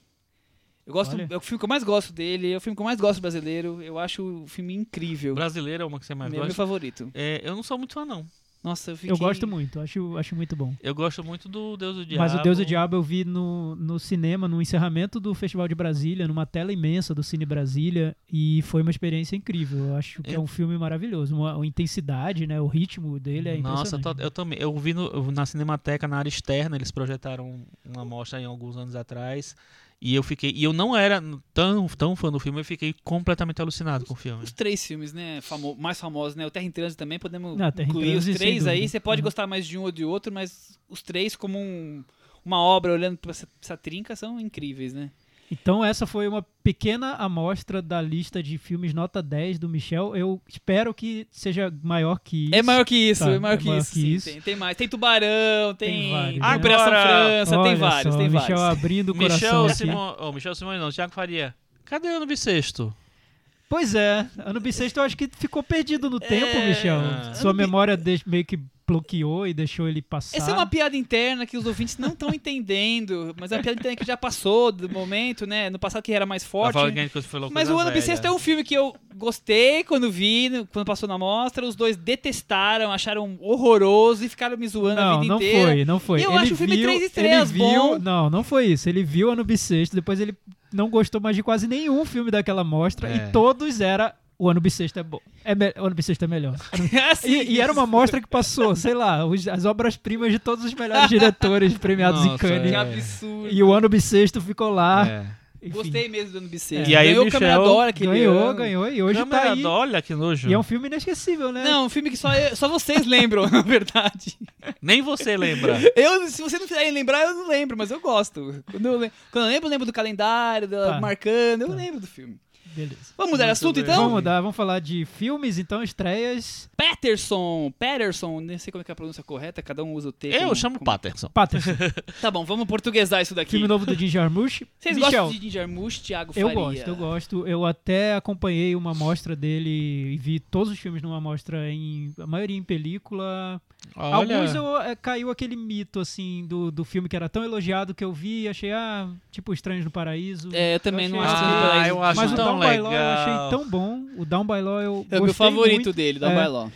Eu gosto, Olha. é o filme que eu mais gosto dele, é o filme que eu mais gosto brasileiro. Eu acho o filme incrível. Brasileiro é uma que você mais Meu, meu gosta? favorito. É, eu não sou muito fã, não. Nossa, eu fiquei... eu gosto muito, acho, acho muito bom. Eu gosto muito do Deus do Diabo. Mas o Deus e o Diabo eu vi no, no cinema, no encerramento do Festival de Brasília, numa tela imensa do Cine Brasília, e foi uma experiência incrível. Eu acho que Eu- é um filme maravilhoso. Uma, a intensidade, né, o ritmo dele é Nossa, impressionante. tô- eu também. Eu vi no- eu- na Cinemateca, na área externa, eles projetaram uma amostra aí alguns anos atrás. E eu fiquei. E eu não era tão, tão fã do filme, eu fiquei completamente alucinado com o filme. Os três filmes, né, famo- mais famosos, né? O Terra em Trânsito também, podemos Não, Terra em incluir os Trânsito, sem três aí. dúvida. Você pode Uhum. gostar mais de um ou de outro, mas os três como um- uma obra, olhando pra essa, essa trinca, são incríveis, né? Então essa foi uma pequena amostra da lista de filmes nota dez do Michel. Eu espero que seja maior que isso. É maior que isso, Tá, é maior é que maior isso. que sim, isso. Tem, tem mais. Tem Tubarão, tem, Tem vários, tem né? Operação Agora, França, tem Olha vários, só, tem Michel vários. abrindo o Michel coração aqui. Simões. Oh, Michel Simões não, Thiago Faria. Cadê o ano bissexto? Pois é, ano bissexto eu acho que ficou perdido no tempo, Michel. Ah. Sua Ano bi- memória de- meio que bloqueou e deixou ele passar. Essa é uma piada interna que os ouvintes não estão entendendo, mas é uma piada interna que já passou do momento, né? No passado que era mais Tá forte. falando que a gente coisa foi louco Mas da o Ano velha. Bissexto é um filme que eu gostei quando vi, no- quando passou na mostra. Os dois detestaram, acharam horroroso e ficaram me zoando a Não, vida não inteira. foi, não foi. E eu ele acho o filme viu, três estrelas ele viu, bom. Não, não foi isso. Ele viu Ano Bissexto, depois ele não gostou mais de quase nenhum filme daquela mostra É. e todos era o Ano Bissexto é bom. É me- o Ano Bissexto é melhor. Assim, E, e era uma mostra que passou, sei lá, os- as obras-primas de todos os melhores diretores premiados em Nossa, Cannes. Que é. absurdo. E o Ano Bissexto ficou lá. É. Enfim, Gostei mesmo do Ano Bissexto. E aí ganhou o o Câmera Michel Dora aquele ganhou, ano. ganhou. E hoje Câmera tá aí. do- Olha que nojo. E é um filme inesquecível, né? Não, um filme que só, eu- só vocês lembram, na verdade. Nem você lembra. Eu, se você não fizerem lembrar, eu não lembro, mas eu gosto. Quando eu, lem- quando eu lembro, eu lembro do calendário, da- Tá. marcando, eu Tá. lembro do filme. Beleza. Vamos mudar de Muito assunto, bem. então? Vamos mudar, vamos falar de filmes, então, estreias. Patterson, Patterson, nem sei como é que é a pronúncia correta, cada um usa o T. Eu como- chamo como- Patterson. Patterson, Tá bom, vamos portuguesar isso daqui. filme novo do Jim Jarmusch. Vocês Michel, gostam de Jim Jarmusch, Thiago eu Faria? gosto, eu gosto. Eu até acompanhei uma mostra dele e vi todos os filmes numa mostra, em, a maioria em película. Olha, Alguns eu, é, caiu aquele mito, assim, do, do filme que era tão elogiado que eu vi e achei, ah, tipo Estranhos no Paraíso. É, eu também Eu não achei acho esse- que Ah, Paraíso- eu acho Mas o tão Down by Law eu legal. achei tão bom. O Down by Law eu É o meu gostei favorito muito. dele, Down É. by Law.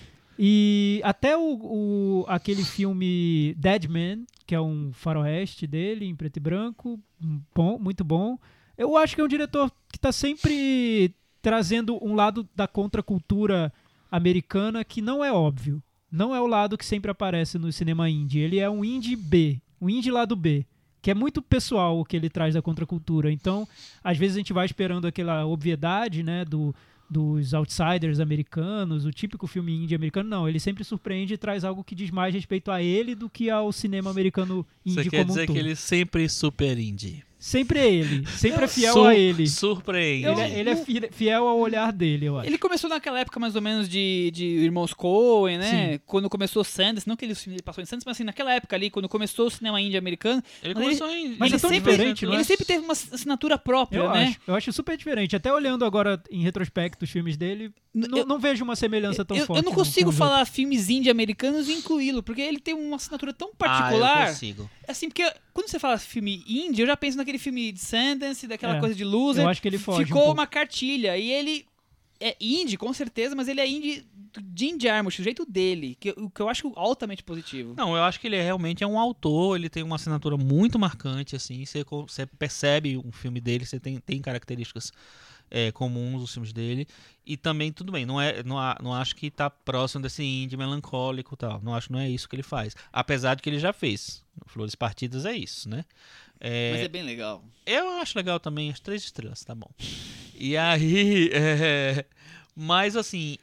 E até o, o- aquele filme Dead Man, que é um faroeste dele, em preto e branco, um bom, muito bom. Eu acho que é um diretor que está sempre trazendo um lado da contracultura americana que não é óbvio. Não é o lado que sempre aparece no cinema indie. Ele é um indie B, um indie lado B, que é muito pessoal o que ele traz da contracultura. Então, às vezes a gente vai esperando aquela obviedade, né, do, dos outsiders americanos, o típico filme indie americano. Não, ele sempre surpreende e traz algo que diz mais respeito a ele do que ao cinema americano indie Você quer como um dizer todo. que ele sempre super indie. sempre é ele. Sempre é fiel Sur- a ele. Surpreende. Ele, é- ele é fi- fiel ao olhar dele, eu acho. Ele começou naquela época mais ou menos de, de Irmãos Coen, né? Sim. Quando começou Sundance, não que ele, ele passou em Sundance, mas assim, naquela época ali, quando começou o cinema indie americano, Ele Mas começou em... Mas ele é tão sempre- diferente, não é? ele sempre teve uma assinatura própria, Eu né? acho. Eu acho super diferente. Até olhando agora em retrospecto os filmes dele, N- não, eu- não vejo uma semelhança tão Eu, forte. eu não com- consigo com os falar filmes indie americanos e incluí-lo, porque ele tem uma assinatura tão Ah, eu particular. consigo. Assim, porque quando você fala filme indie, eu já penso naquele filme de Sundance, daquela É, coisa de loser. eu acho que ele foge um Ficou pouco. uma cartilha. E ele é indie, com certeza, mas ele é indie do Jim Jarmusch, do jeito dele, que, o que eu acho altamente positivo. Não, eu acho que ele é, realmente é um autor, ele tem uma assinatura muito marcante, assim, você, co- você percebe um filme dele, você tem, tem características é, comuns dos filmes dele, e também, tudo bem, não, é, não, a- não acho que tá próximo desse indie melancólico e tal, não acho que não é isso que ele faz, apesar de que ele já fez, Flores Partidas é isso, né? É, Mas é bem legal. Eu acho legal também, as três estrelas, tá bom. E aí, é, mas assim,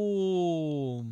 o...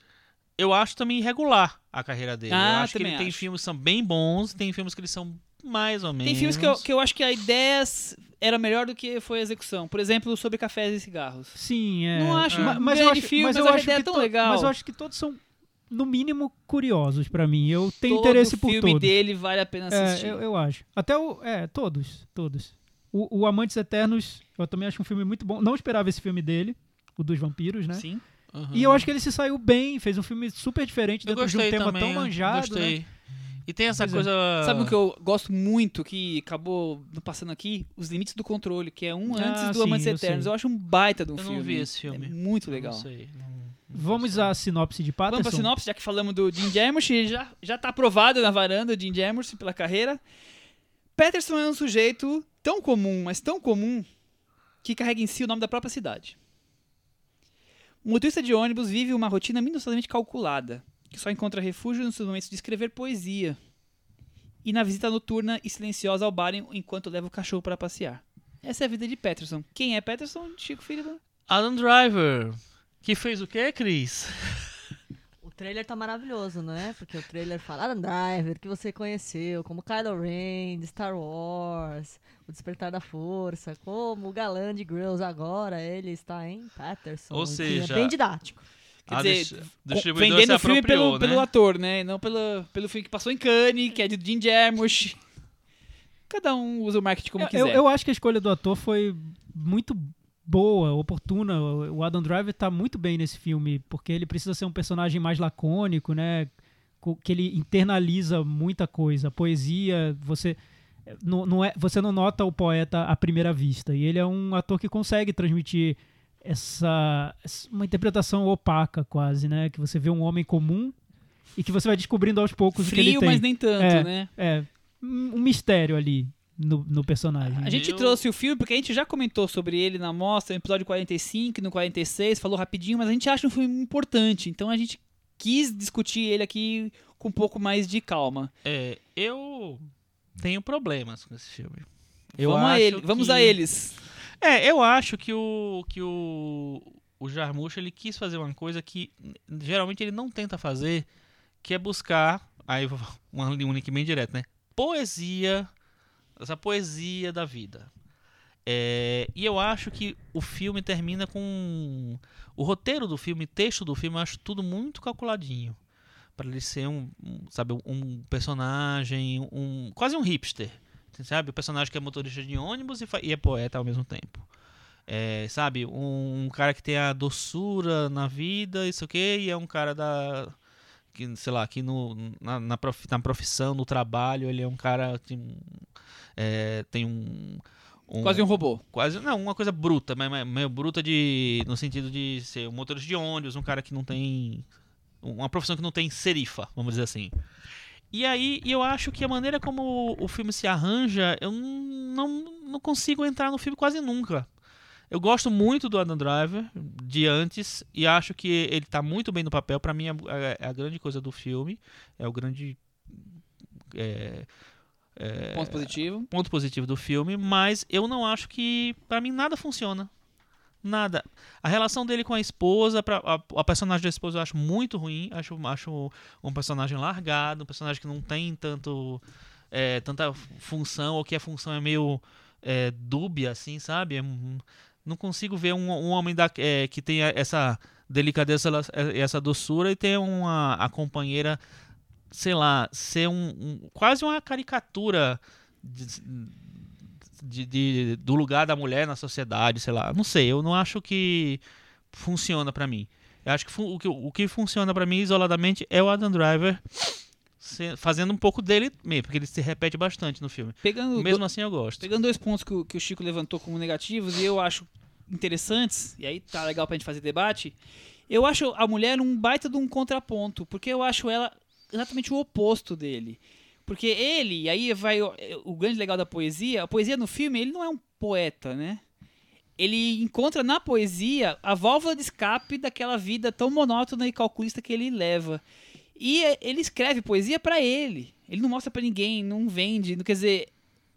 Eu acho também irregular a carreira dele. Ah, eu acho que ele também tem acho. filmes que são bem bons, tem filmes que eles são mais ou menos. Tem filmes que eu, que eu acho que a ideia era melhor do que foi a execução. Por exemplo, sobre cafés e cigarros. Sim, é. Não acho Ma- um mas eu grande acho, filme, mas mas eu a acho ideia que é tão to- legal. Mas eu acho que todos são, no mínimo, curiosos pra mim. Eu tenho Todo interesse por filme todos. dele vale a pena assistir. É, eu, eu acho. Até o. É, todos. Todos. O, o Amantes Eternos, eu também acho um filme muito bom. Não esperava esse filme dele, o dos vampiros, né? Sim. Uhum. E eu acho que ele se saiu bem, fez um filme super diferente eu dentro de um gostei tema também, tão eu manjado, gostei. né? E tem essa Pois é. coisa... Sabe o que eu gosto muito, que acabou não passando aqui? Os Limites do Controle, que é um Ah, antes do sim, Amantes eu Eternos. sei. Eu acho um baita de um Eu filme. não vi esse filme. É muito Eu legal. Não sei. não- não Vamos sei. à sinopse de Patterson. Vamos pra sinopse, já que falamos do Jim Jarmusch, ele já, já tá aprovado na varanda, o Jim Jarmusch, pela carreira. Patterson é um sujeito tão comum, mas tão comum, que carrega em si o nome da própria cidade. O motorista de ônibus vive uma rotina minuciosamente calculada, que só encontra refúgio nos seus momentos de escrever poesia e na visita noturna e silenciosa ao bar enquanto leva o cachorro para passear. Essa é a vida de Patterson. Quem é Patterson? Chico Filho. Adam Driver, que fez o quê, Cris? O trailer tá maravilhoso, né? Porque o trailer fala Adam Driver, que você conheceu, como Kylo Ren, de Star Wars, O Despertar da Força, como o galã de Girls, agora ele está em Patterson. Ou Enfim, seja, é bem didático. Quer A dizer, dis- com- distribuidor vendendo se o filme apropriou, pelo, né? pelo ator, né? E não pelo, pelo filme que passou em Cannes, que é de Jim Jarmusch. Cada um usa o marketing como Eu- quiser. eu, eu acho que a escolha do ator foi muito boa, oportuna. O o Adam Driver tá muito bem nesse filme, porque ele precisa ser um personagem mais lacônico, né? Co- Que ele internaliza muita coisa. A poesia, você não, não é, você não nota o poeta à primeira vista. E ele é um ator que consegue transmitir essa, essa- uma interpretação opaca quase, né? Que você vê um homem comum e que você vai descobrindo aos poucos o que ele Frio, tem. mas nem tanto, É. né? É, um um mistério ali no, no personagem. A gente Eu- trouxe o filme porque a gente já comentou sobre ele na mostra, no episódio quarenta e cinco e no quarenta e seis, falou rapidinho, mas a gente acha um filme importante, então a gente quis discutir ele aqui com um pouco mais de calma. É, eu tenho problemas com esse filme. Eu vamos a acho ele, vamos que- a eles. É, eu acho que o que o, o Jarmusch ele quis fazer uma coisa que n- geralmente ele não tenta fazer, que é buscar, aí eu vou- um, um link bem direto, né? Poesia, essa poesia da vida. É, e eu acho que o filme termina com o roteiro do filme, o texto do filme, eu acho tudo muito calculadinho para ele ser um, um, sabe, um personagem, um quase um hipster. Sabe, o personagem que é motorista de ônibus e, fa- e é poeta ao mesmo tempo. É, sabe, um, um cara que tem a doçura na vida, isso o quê, e é um cara da, que, sei lá, que no, na, na, prof, na profissão, no trabalho, ele é um cara que é, tem um, um... Quase um robô. Quase, não, uma coisa bruta, mas mas meio bruta de, no sentido de ser um motorista de ônibus, um cara que não tem, uma profissão que não tem serifa, vamos dizer assim. E aí, eu acho que a maneira como o filme se arranja, eu não, não consigo entrar no filme quase nunca. Eu gosto muito do Adam Driver, de antes, e acho que ele tá muito bem no papel. Pra mim, é é a grande coisa do filme, é o grande é, é, Ponto positivo. ponto positivo do filme, mas eu não acho que, pra mim, nada funciona. Nada. A relação dele com a esposa, pra, a, a personagem da esposa eu acho muito ruim. Acho, acho um personagem largado, um personagem que não tem tanto é, tanta função, ou que a função é meio é, dúbia, assim, sabe? É, não consigo ver um, um homem da, é, que tenha essa delicadeza e essa doçura e ter uma, a companheira, sei lá, ser um, um quase uma caricatura de, de, de, do lugar da mulher na sociedade, sei lá. Não sei, eu não acho que funciona pra mim. Eu acho que fu- o, que o que funciona pra mim isoladamente é o Adam Driver se, fazendo um pouco dele mesmo, porque ele se repete bastante no filme. Pegando Mesmo do- assim eu gosto. Pegando dois pontos que o, que o Chico levantou como negativos e eu acho interessantes, e aí tá legal pra gente fazer debate, eu acho a mulher um baita de um contraponto, porque eu acho ela exatamente o oposto dele. Porque ele, e aí vai o, o grande legal da poesia, a poesia no filme, ele não é um poeta, né? Ele encontra na poesia a válvula de escape daquela vida tão monótona e calculista que ele leva. E ele escreve poesia pra ele. Ele não mostra pra ninguém, não vende, não quer dizer...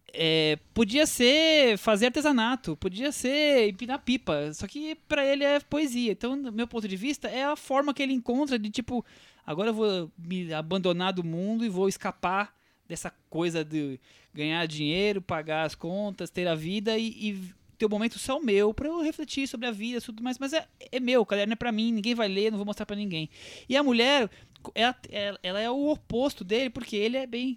É, podia ser fazer artesanato, podia ser empinar pipa, só que pra ele é poesia. Então, do meu ponto de vista, é a forma que ele encontra de tipo, agora eu vou me abandonar do mundo e vou escapar dessa coisa de ganhar dinheiro, pagar as contas, ter a vida e, e ter um momento só meu pra eu refletir sobre a vida, tudo mais. Mas é, é meu, o caderno é pra mim, ninguém vai ler, não vou mostrar pra ninguém. E a mulher, ela, ela é o oposto dele, porque ele é bem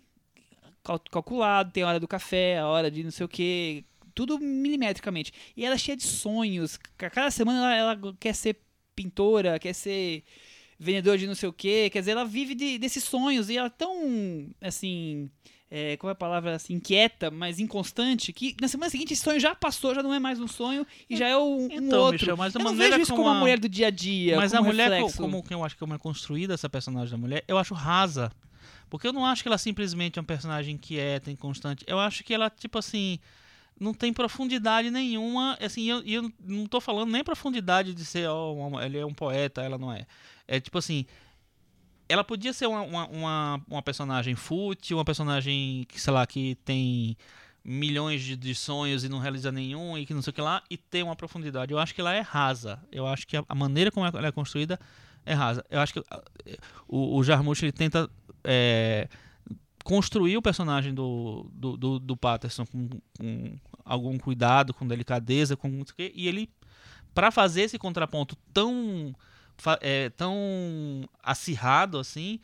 calculado, tem a hora do café, a hora de não sei o que, tudo milimetricamente. E ela é cheia de sonhos. Cada semana ela, ela quer ser pintora, quer ser vendedora de não sei o que. Quer dizer, ela vive de, desses sonhos e ela é tão, assim, é, qual é a palavra, assim, inquieta, mas inconstante, que na semana seguinte esse sonho já passou, já não é mais um sonho e já é um, um Então, outro. Michel, mas a eu não maneira vejo isso como como uma a- mulher do dia a dia, Mas a como mulher, co- reflexo. como, como eu acho que como é construída essa personagem da mulher, eu acho rasa. Porque eu não acho que ela simplesmente é um personagem inquieta, inconstante. Eu acho que ela, tipo assim, não tem profundidade nenhuma. Assim, eu, eu não tô falando nem profundidade de ser, ó, uma- ele é um poeta, ela não é. É tipo assim, ela podia ser uma, uma, uma, uma personagem fútil, uma personagem que, sei lá, que tem milhões de, de sonhos e não realiza nenhum e que não sei o que lá, e ter uma profundidade. Eu acho que ela é rasa. Eu acho que a, a maneira como ela é construída é rasa. Eu acho que ah, o, o Jarmusch, ele tenta é, construir o personagem do, do, do, do Patterson com, com algum cuidado, com delicadeza, com não sei o quê, e ele, para fazer esse contraponto tão, fa- é, tão acirrado assim,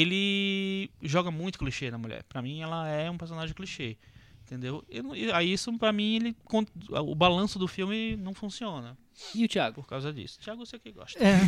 ele joga muito clichê na mulher. Pra mim, ela é um personagem clichê. Entendeu? Eu não- e aí isso, pra mim, ele, con- o balanço do filme não funciona E o Thiago? por causa disso. Thiago, você que gosta. É.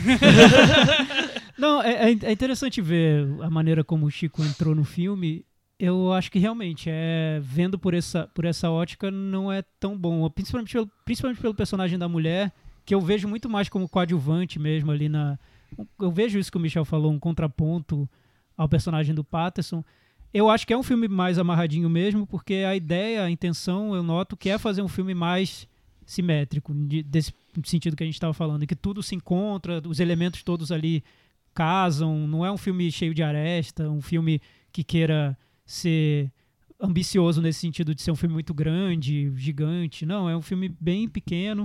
Não, é, é interessante ver a maneira como o Chico entrou no filme. Eu acho que realmente, é, vendo por essa, por essa ótica, não é tão bom. Principalmente pelo, principalmente pelo personagem da mulher, que eu vejo muito mais como coadjuvante mesmo ali na... Eu vejo isso que o Michel falou, um contraponto ao personagem do Patterson. Eu acho que é um filme mais amarradinho mesmo, porque a ideia, a intenção, eu noto que é fazer um filme mais simétrico, de- desse sentido que a gente estava falando, em que tudo se encontra, os elementos todos ali casam, não é um filme cheio de aresta, um filme que queira ser ambicioso nesse sentido de ser um filme muito grande, gigante, não, é um filme bem pequeno.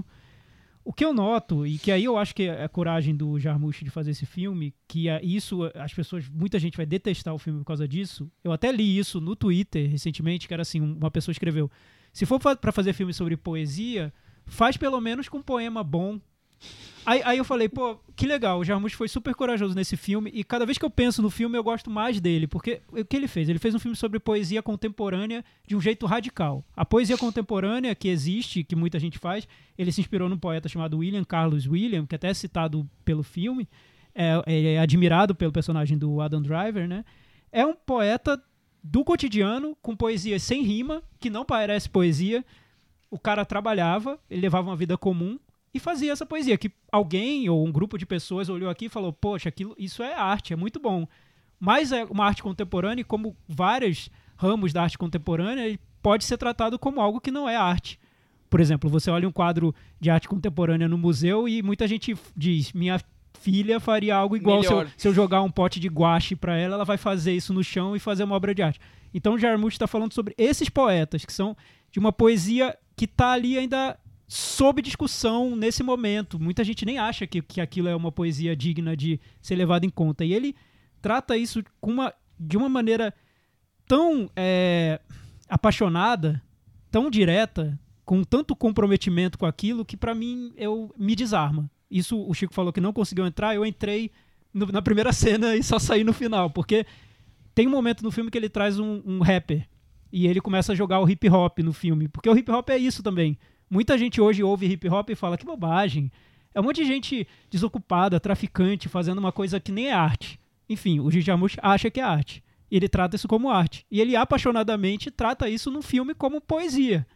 O que eu noto, e que aí eu acho que é a coragem do Jarmusch de fazer esse filme, que é isso, as pessoas, muita gente vai detestar o filme por causa disso. Eu até li isso no Twitter recentemente, que era assim, uma pessoa escreveu: se for fa- pra fazer filme sobre poesia, faz pelo menos com um poema bom. Aí, aí eu falei, pô, que legal, o Jarmusch foi super corajoso nesse filme, e cada vez que eu penso no filme eu gosto mais dele, porque o que ele fez? Ele fez um filme sobre poesia contemporânea de um jeito radical. A poesia contemporânea que existe, que muita gente faz, ele se inspirou num poeta chamado William Carlos Williams, que até é citado pelo filme, é, é admirado pelo personagem do Adam Driver, né? É um poeta do cotidiano, com poesia sem rima, que não parece poesia. O cara trabalhava, ele levava uma vida comum, e fazia essa poesia, que alguém ou um grupo de pessoas olhou aqui e falou, poxa, aquilo, isso é arte, é muito bom. Mas é uma arte contemporânea, e como vários ramos da arte contemporânea, ele pode ser tratado como algo que não é arte. Por exemplo, você olha um quadro de arte contemporânea no museu e muita gente diz, minha filha faria algo igual se eu, Melhor. se eu jogar um pote de guache para ela, ela vai fazer isso no chão e fazer uma obra de arte. Então o Jarmusch está falando sobre esses poetas, que são de uma poesia que está ali ainda sob discussão nesse momento. Muita gente nem acha que, que aquilo é uma poesia digna de ser levada em conta. E ele trata isso com uma, de uma maneira tão é, apaixonada, tão direta, com tanto comprometimento com aquilo, que pra mim eu me desarma. Isso o Chico falou que não conseguiu entrar, eu entrei no, na primeira cena e só saí no final, porque tem um momento no filme que ele traz um, um rapper e ele começa a jogar o hip hop no filme, porque o hip hop é isso também. Muita gente hoje ouve hip hop e fala que bobagem. É um monte de gente desocupada, traficante, fazendo uma coisa que nem é arte. Enfim, o Gigi Jarmusch acha que é arte. E ele trata isso como arte. E ele apaixonadamente trata isso no filme como poesia.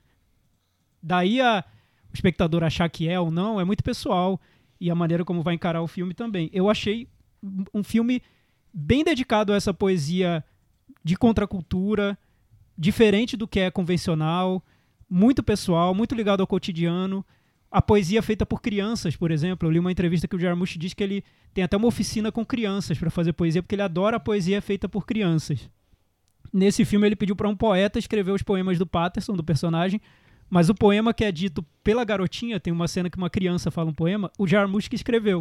Daí a, o espectador achar que é ou não é muito pessoal. E a maneira como vai encarar o filme também. Eu achei um filme bem dedicado a essa poesia de contracultura, diferente do que é convencional, muito pessoal, muito ligado ao cotidiano. A poesia feita por crianças, por exemplo. Eu li uma entrevista que o Jarmusch diz que ele tem até uma oficina com crianças para fazer poesia, porque ele adora a poesia feita por crianças. Nesse filme ele pediu para um poeta escrever os poemas do Patterson, do personagem, mas o poema que é dito pela garotinha, tem uma cena que uma criança fala um poema, o Jarmusch que escreveu.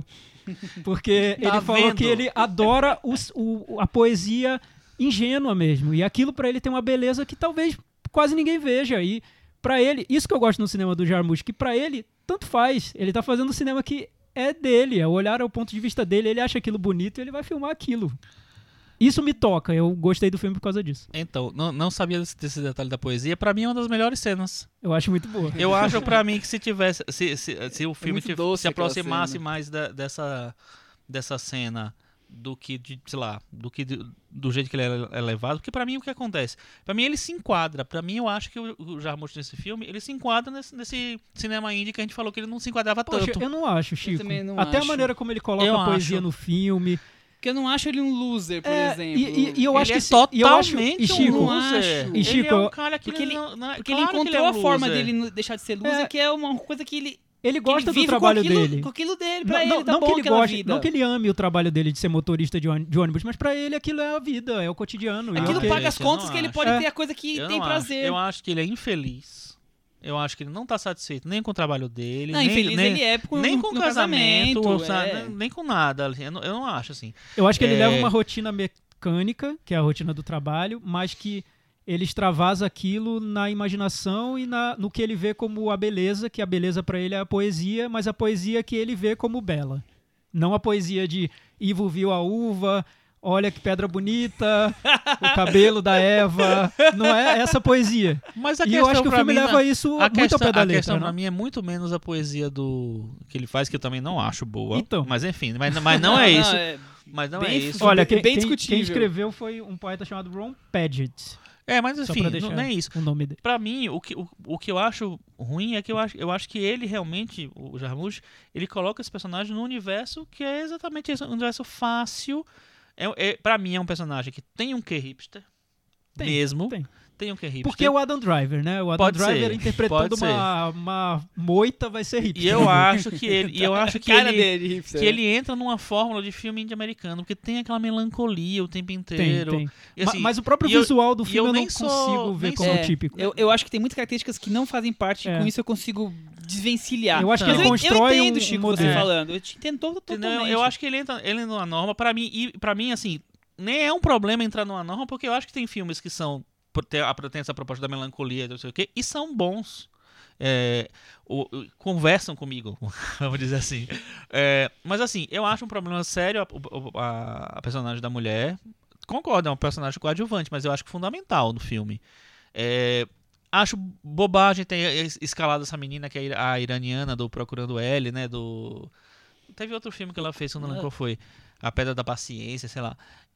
Porque Tá ele falou vendo? que ele adora os, o, a poesia ingênua mesmo. E aquilo para ele tem uma beleza que talvez quase ninguém veja. E para ele, isso que eu gosto no cinema do Jarmusch, que para ele tanto faz. Ele tá fazendo um cinema que é dele, é olhar ao ponto de vista dele, ele acha aquilo bonito e ele vai filmar aquilo. Isso me toca, eu gostei do filme por causa disso. Então, não, não sabia desse, desse detalhe da poesia. Pra mim é uma das melhores cenas. Eu acho muito boa. Eu acho pra mim que se tivesse, se, se, se o filme muito tive- doce se aquela aproximasse cena. mais da- dessa, dessa cena do que, de, sei lá, do que de- do jeito que ele é é levado, porque pra mim o que acontece? Pra mim ele se enquadra. Pra mim eu acho que o, o Jarmusch nesse filme, ele se enquadra nesse, nesse cinema indie que a gente falou que ele não se enquadrava Poxa, tanto. eu não acho, Chico. também não Até acho. a maneira como ele coloca Eu a poesia acho. no filme. Porque eu não acho ele um loser, por É, exemplo. e, e- e eu acho ele que é se- e eu acho, totalmente e Chico, um não loser. acho. E Chico, ele é um cara que porque ele- não, não, Porque claro ele que encontrou é um a forma loser. dele não deixar de ser loser, É. que é uma coisa que ele, ele que gosta ele do vive trabalho com aquilo, dele. com aquilo dele. Pra Não, ele não, tá não bom que ele aquela goste, vida. não que ele ame o trabalho dele de ser motorista de ôni- de ônibus, mas pra ele aquilo é a vida, é o cotidiano. e é Aquilo o que- paga as eu não contas que ele acho. pode É. ter a coisa que Eu tem não prazer. Acho. Eu acho que ele é infeliz. Eu acho que ele não tá satisfeito nem com o trabalho dele, Não, nem, infeliz nem, ele é com, nem no, com o no casamento, casamento, ou, sabe, é. nem- nem com nada. assim, Eu não, eu não acho assim. Eu acho que ele É. leva uma rotina mecânica, que é a rotina do trabalho, mas que ele extravasa aquilo na imaginação e na, no que ele vê como a beleza, que a beleza pra ele é a poesia, mas a poesia que ele vê como bela. Não a poesia de Ivo viu a uva, olha que pedra bonita, o cabelo da Eva. Não é essa poesia. Mas a E questão eu acho que o pra filme mim, leva isso a muito questão, ao pé da a letra. questão pra não? mim é muito menos a poesia do que ele faz, que eu também não acho boa. Então. Mas enfim, mas, mas não é isso. é Mas não bem é isso. fu- Olha, bem quem, quem- discutível. quem escreveu foi um poeta chamado Ron Padgett. É, mas Só enfim, pra não, deixar não é isso. o nome dele. Pra mim, o que, o, o que eu acho ruim é que eu acho, eu acho que ele realmente, o Jarmusch, ele coloca esse personagem num universo que é exatamente isso, um universo fácil. É, é, pra mim é um personagem que tem um quê hipster, Tem, mesmo. tem. Tem um quê hipster. Porque é o Adam Driver, né? O Adam Pode Driver ser, interpretando pode uma, uma moita vai ser hipster. E eu acho que ele, e eu acho que cara ele, dele, hipster, que né? ele entra numa fórmula de filme indie americano, porque tem aquela melancolia o tempo tem, inteiro. tem. E, assim, Ma- Mas o próprio e eu- visual do e filme eu eu, não nem sou- consigo ver nem como É, típico. Eu, eu acho que tem muitas características que não fazem parte, É. e com isso eu consigo desvencilhar. Eu acho que Mas ele eu, constrói eu entendo, um- Chico, um você modelo. falando. Eu te entendo to- Entendeu? totalmente. Eu acho que ele entra, ele entra numa norma, pra mim, e para mim, assim, nem é um problema entrar numa norma, porque eu acho que tem filmes que são, por ter, a, tem essa proposta da melancolia, não sei o quê, e são bons. É, o- o- conversam comigo, vamos dizer assim. É, mas assim, eu acho um problema sério a, o- a- a personagem da mulher. Concordo, é um personagem coadjuvante, mas eu acho que fundamental no filme. É, acho bobagem ter escalado essa menina que é a iraniana do Procurando L, né? Do... Teve outro filme que ela fez, que eu não lembro qual foi. A Pedra da Paciência, sei lá.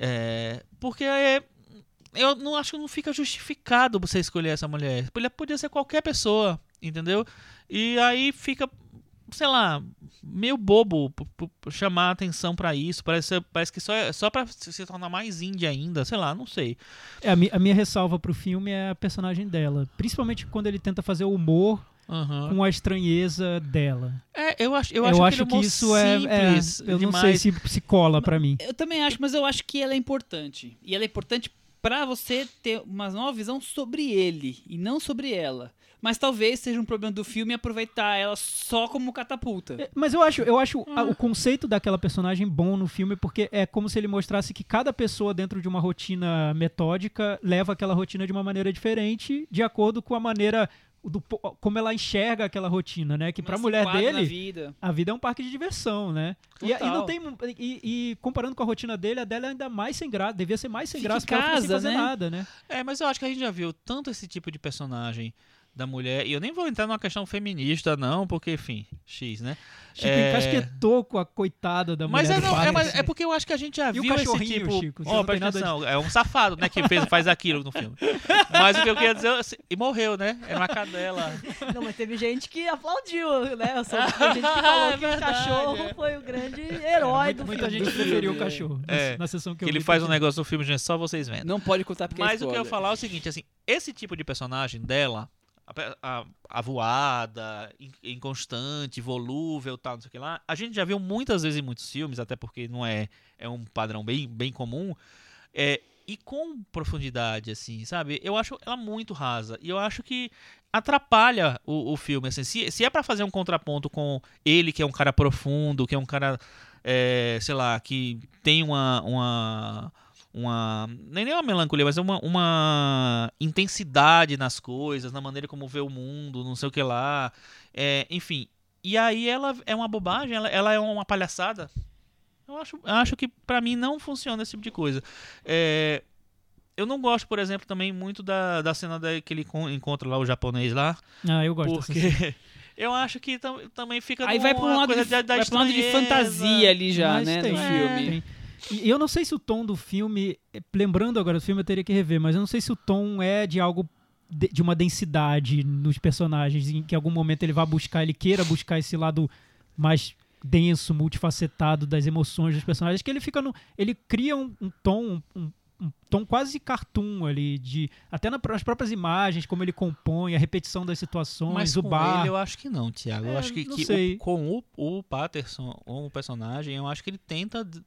É, porque é, eu não acho que não fica justificado você escolher essa mulher. Ela podia ser qualquer pessoa, entendeu? E aí fica, sei lá, meio bobo p- p- chamar a atenção pra isso. Parece, ser- parece que só, é, só pra se se tornar mais indie ainda, sei lá, não sei. É, a, mi- a minha ressalva pro filme é a personagem dela. Principalmente quando ele tenta fazer o humor Aham. com a estranheza dela. É, eu acho, eu Eu, acho, acho aquele que humor isso é, é. simples Eu não sei demais. se, se cola pra mim. Eu também acho, mas eu acho que ela é importante. E ela é importante pra você ter uma nova visão sobre ele e não sobre ela. Mas talvez seja um problema do filme aproveitar ela só como catapulta. É, Mas eu acho, eu acho a- o conceito daquela personagem bom no filme, porque é como se ele mostrasse que cada pessoa dentro de uma rotina metódica leva aquela rotina de uma maneira diferente, de acordo com a maneira do, po- como ela enxerga aquela rotina, né? Que Como pra ela se mulher enquadra na dele, vida. a vida é um parque de diversão, né? E, e Total. não tem e, e comparando com a rotina dele, a dela é ainda mais sem graça, devia ser mais sem Fica graça em porque ela fica sem casa, fazer né? nada, né? É, mas eu acho que a gente já viu tanto esse tipo de personagem da mulher, e eu nem vou entrar numa questão feminista, não, porque, enfim, X, né? Chico É, encasquetou com a coitada da Mas mulher é, do não, pai, é, mas assim. é porque eu acho que a gente já E o viu esse cachorrinho, tipo. Chico? Você Ó, não tem presta nada atenção, é um safado, né, que fez, faz aquilo no filme. Mas o que eu queria dizer, assim, e morreu, né? Era uma cadela. Não, mas teve gente que aplaudiu, né? Eu soube que teve gente que falou É que o verdade, cachorro é. foi o grande herói Muita, do muita filme. gente preferiu o cachorro na- É, na sessão que Que eu ele vi, faz um porque- negócio no filme, gente, só vocês vendo. Não pode contar porque Mas é o que eu ia spoiler. falar é o seguinte, assim, esse tipo de personagem dela, a, pe- a, a voada, in- inconstante, volúvel, tal, não sei o que lá, a gente já viu muitas vezes em muitos filmes, até porque não é, é um padrão bem, bem comum, é, e com profundidade, assim, sabe? Eu acho ela muito rasa, e eu acho que atrapalha o, o filme, assim, se, se é pra fazer um contraponto com ele, que é um cara profundo, que é um cara, é, sei lá, que tem uma... uma uma nem nem uma melancolia, mas uma, uma intensidade nas coisas, na maneira como vê o mundo, não sei o que lá, é, enfim. E aí ela é uma bobagem, ela, ela é uma palhaçada. Eu acho, eu acho que pra mim não funciona esse tipo de coisa. É, eu não gosto, por exemplo, também muito da, da cena daquele encontro lá, o japonês lá, Ah, eu gosto dessa cena. porque eu acho que tam, também fica Aí vai pra um numa lado, coisa de, da, da vai pra um lado de estranheza. fantasia ali já, Mas né, tem, no é, filme. tem. E eu não sei se o tom do filme, eh, lembrando agora do filme, eu teria que rever, mas eu não sei se o tom é de algo de, de uma densidade nos personagens, em que em algum momento ele vá buscar, ele queira buscar esse lado mais denso, multifacetado das emoções dos personagens, que ele fica no, ele cria um, um tom um, um tom quase cartoon ali, de até na- nas próprias imagens, como ele compõe, a repetição das situações, Mas o com bar. ele eu acho que não, Thiago. Eu É, acho que, não que sei. o- com o, o Patterson, o personagem, eu acho que ele tenta d-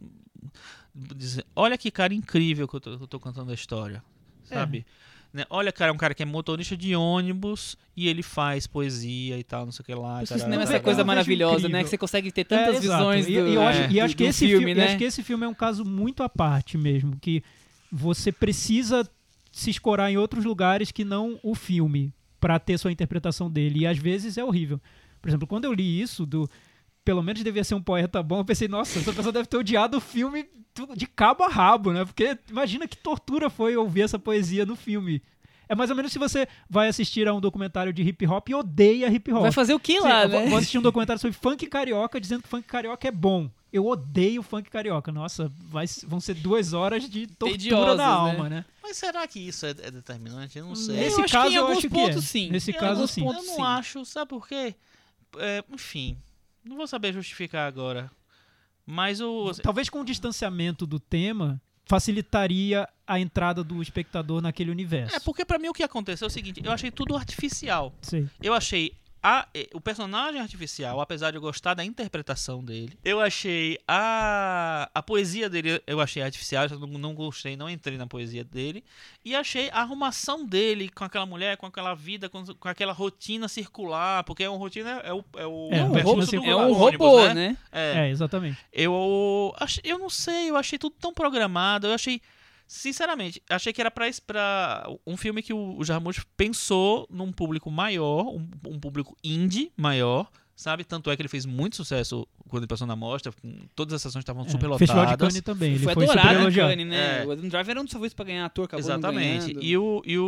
dizer, olha que cara incrível que eu tô, que eu tô contando a história, sabe? Né? Olha, cara, é um cara que é motorista de ônibus e ele faz poesia e tal, não sei o que lá. Por isso que tarará, o cinema é essa tarará. coisa Eu vejo maravilhosa, incrível. né? Que você consegue ter É, tantas exato. visões E, do, e eu acho, e do- acho que do esse filme, filme, né? acho que esse filme é um caso muito à parte mesmo, que você precisa se escorar em outros lugares que não o filme para ter sua interpretação dele, e às vezes é horrível. Por exemplo, quando eu li isso do pelo menos devia ser um poeta bom, eu pensei, nossa, essa pessoa deve ter odiado o filme tu- de cabo a rabo, né? Porque imagina que tortura foi ouvir essa poesia no filme. É mais ou menos se você vai assistir a um documentário de hip hop e odeia hip hop. Vai fazer o que Sim, lá, eu vou, né? vou assistir um documentário sobre funk carioca dizendo que funk carioca é bom. Eu odeio funk carioca. Nossa, vai, vão ser duas horas de tortura Tediosas, na né? alma, né? Mas será que isso é, é determinante? Eu não sei. Nesse eu acho caso, que em eu alguns acho que pontos é. sim. Nesse Em caso, alguns sim. pontos, Eu não sim. acho, sabe por quê? É, enfim, não vou saber justificar agora. Mas o. Talvez com o distanciamento do tema facilitaria a entrada do espectador naquele universo. É, porque pra mim o que aconteceu é o seguinte, eu achei tudo artificial. Sei. Eu achei a, eh, o personagem artificial, apesar de eu gostar da interpretação dele. Eu achei a, a poesia dele, eu achei artificial, eu não, não gostei, não entrei na poesia dele. E achei a arrumação dele com aquela mulher, com aquela vida, com, com aquela rotina circular, porque é uma rotina, é o, é o É, É um, rotina robô, circular. é um ônibus, robô, né? É. É, exatamente. Eu achei, eu não sei, eu achei tudo tão programado, eu achei, sinceramente, achei que era pra, pra um filme que o, o Jarmusch pensou num público maior, um, um público indie maior, sabe? Tanto é que ele fez muito sucesso quando ele passou na mostra, com- todas as sessões estavam É, super Festival de lotadas. Cannes também. Ele foi foi, super adorado em elogiado. Cannes, né? É. O Adam Driver era um dos favoritos pra ganhar ator, acabou não Exatamente. ganhando. E o, e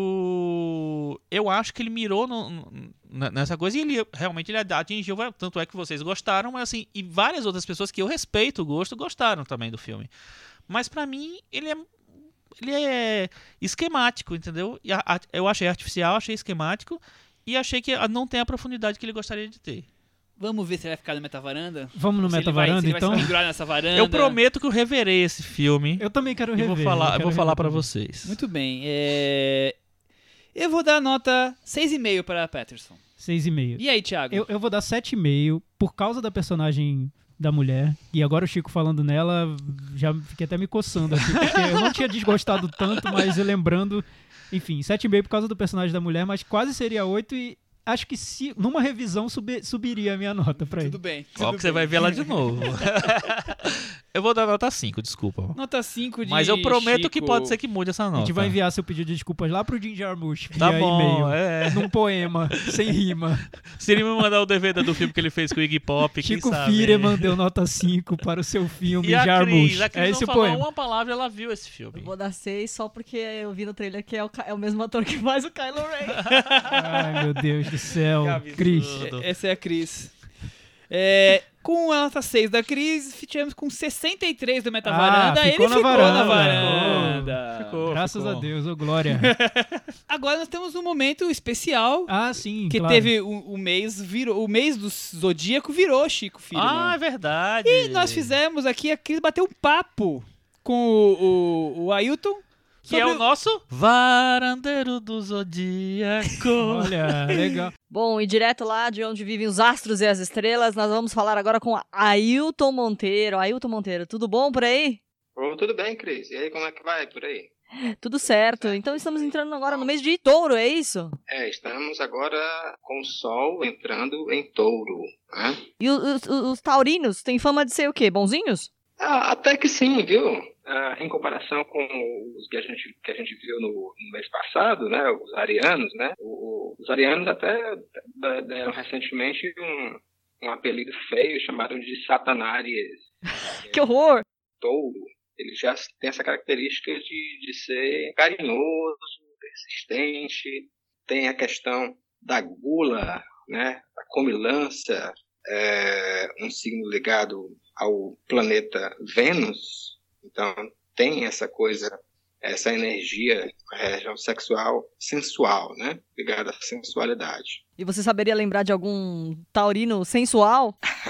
o. Eu acho que ele mirou no- no- na- nessa coisa e ele realmente ele atingiu. Tanto é que vocês gostaram, mas assim, e várias outras pessoas que eu respeito o gosto gostaram também do filme. Mas pra mim, ele é. Ele é esquemático, entendeu? E a- a- eu achei artificial, achei esquemático e achei que não tem a profundidade que ele gostaria de ter. Vamos ver se ele vai ficar no Metavaranda? Vamos no Se ele vai- Metavaranda, se ele vai então? se pendurar nessa varanda. Eu prometo que eu reverei esse filme Eu também quero e rever. vou falar, eu quero vou falar rever para também. vocês. Muito bem. é, Eu vou dar nota seis e meio para Patterson. Seis e meio. E aí, Thiago? Eu, eu vou dar sete e meio por causa da personagem da Mulher. E agora o Chico falando nela, já fiquei até me coçando aqui, porque eu não tinha desgostado tanto, mas lembrando, enfim, sete vírgula cinco por causa do personagem da mulher, mas quase seria oito e acho que se numa revisão subi, subiria a minha nota pra ele. Tudo bem. Ó, tudo que você bem. vai ver ela de novo. Eu vou dar nota cinco, desculpa. Nota cinco de Mas eu prometo Chico. que pode ser que mude essa nota. A gente vai enviar seu pedido de desculpas lá pro Jim Jarmusch Tá via bom, e-mail, é. num poema, sem rima. Se ele me mandar o D V D do filme que ele fez com o Iggy Pop, quem Chico sabe? Firman deu nota cinco para o seu filme E a Jarmusch. Cris, a Cris É não esse o falou poema. uma palavra, ela viu esse filme. Eu vou dar seis só porque eu vi no trailer que é o, Ca- é o mesmo ator que faz o Kylo Ren. Ai, meu Deus do céu. Que absurdo. Cris. Essa é a Cris. É, com a nota seis da Cris, tivemos com sessenta e três do Metavaranda. Ah, ficou ele na ficou varanda. na varanda. Ficou. Graças ficou. a Deus, ô glória. Agora nós temos um momento especial. Ah, sim, Que claro. teve o, o mês virou, o mês do Zodíaco virou Chico Filho. Ah, é verdade. E nós fizemos aqui, a Cris bateu um papo com o, o, o Ailton. Que é o nosso Varandeiro do Zodíaco. Olha, legal. Bom, e direto lá de onde vivem os astros e as estrelas, nós vamos falar agora com Ailton Monteiro. Ailton Monteiro, tudo bom por aí? Oh, tudo bem, Cris. E aí, como é que vai por aí? Tudo certo. Então estamos entrando agora no mês de Touro, é isso? É, estamos agora com o Sol entrando em Touro, né? E os, os- os taurinos têm fama de ser o quê? Bonzinhos? Ah, até que sim, viu? Ah, em comparação com os que a gente, que a gente viu no, no mês passado, né? Os arianos, né? O- os arianos até d- deram recentemente um, um apelido feio chamado de Satanárias. Que horror! Touro, ele já tem essa característica de, de ser carinhoso, persistente, tem a questão da gula, né, da comilança, é, um signo ligado ao planeta Vênus, então tem essa coisa, essa energia, a região sexual, sensual, né, ligada à sensualidade. E você saberia lembrar de algum taurino sensual?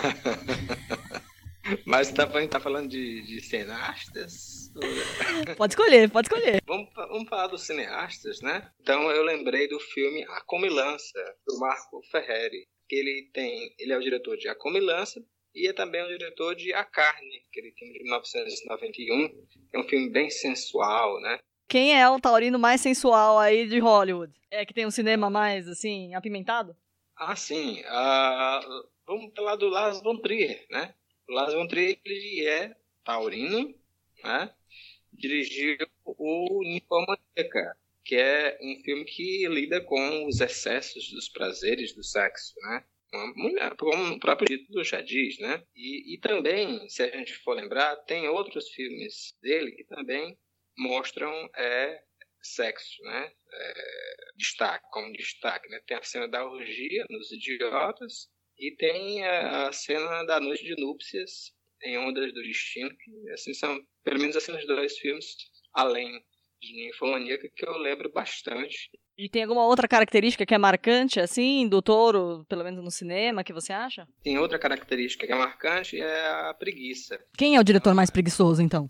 Mas tá, tá falando de, de cineastas? Pode escolher, pode escolher. Vamos, vamos falar dos cineastas, né? Então eu lembrei do filme A Comilança, do Marco Ferreri, que ele tem, ele é o diretor de A Comilança e é também o diretor de A Carne, aquele filme de mil novecentos e noventa e um, que é um filme bem sensual, né? Quem é o taurino mais sensual aí de Hollywood? É que tem um cinema mais, assim, apimentado? Ah, sim. Ah, vamos falar do Lars von Trier, né? O Lars von Trier, ele é taurino, né? Dirigiu o Ninfomaníaca, que é um filme que lida com os excessos dos prazeres do sexo, né? Uma mulher, como o próprio título já diz, né? E, e também, se a gente for lembrar, tem outros filmes dele que também mostram é, sexo, né? É, destaque, como destaque, né? Tem a cena da orgia nos Idiotas e tem a, a cena da Noite de Núpcias em Ondas do Destino, que assim são pelo menos assim os dois filmes além de Ninfomaníaca que eu lembro bastante. E tem alguma outra característica que é marcante, assim, do touro, pelo menos no cinema, que você acha? Tem outra característica que é marcante, é a preguiça. Quem é o diretor mais preguiçoso, então?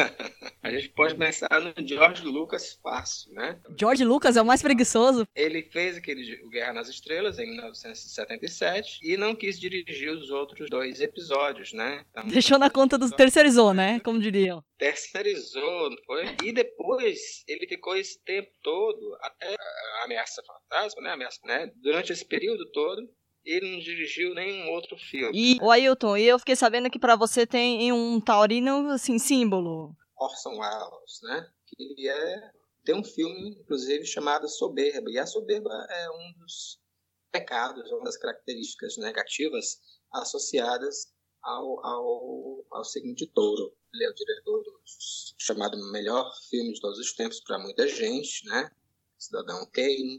A gente pode pensar no George Lucas fácil, né? George Lucas é o mais preguiçoso? Ele fez aquele O Guerra nas Estrelas em mil novecentos e setenta e sete e não quis dirigir os outros dois episódios, né? Então, Deixou na conta dos... Terceirizou, né? Como diriam. terceirizou, não foi? E depois ele ficou esse tempo todo, até a Ameaça Fantasma, né? Ameaça, né? Durante esse período todo, ele não dirigiu nenhum outro filme. E, o Ailton, e eu fiquei sabendo que pra você tem um taurino, assim, símbolo. Orson Welles, né? Que ele é... Tem um filme, inclusive, chamado Soberba. E a soberba é um dos pecados, uma das características negativas associadas ao, ao, ao signo de Touro. Ele é o diretor do chamado melhor filme de todos os tempos para muita gente, né? Cidadão Kane.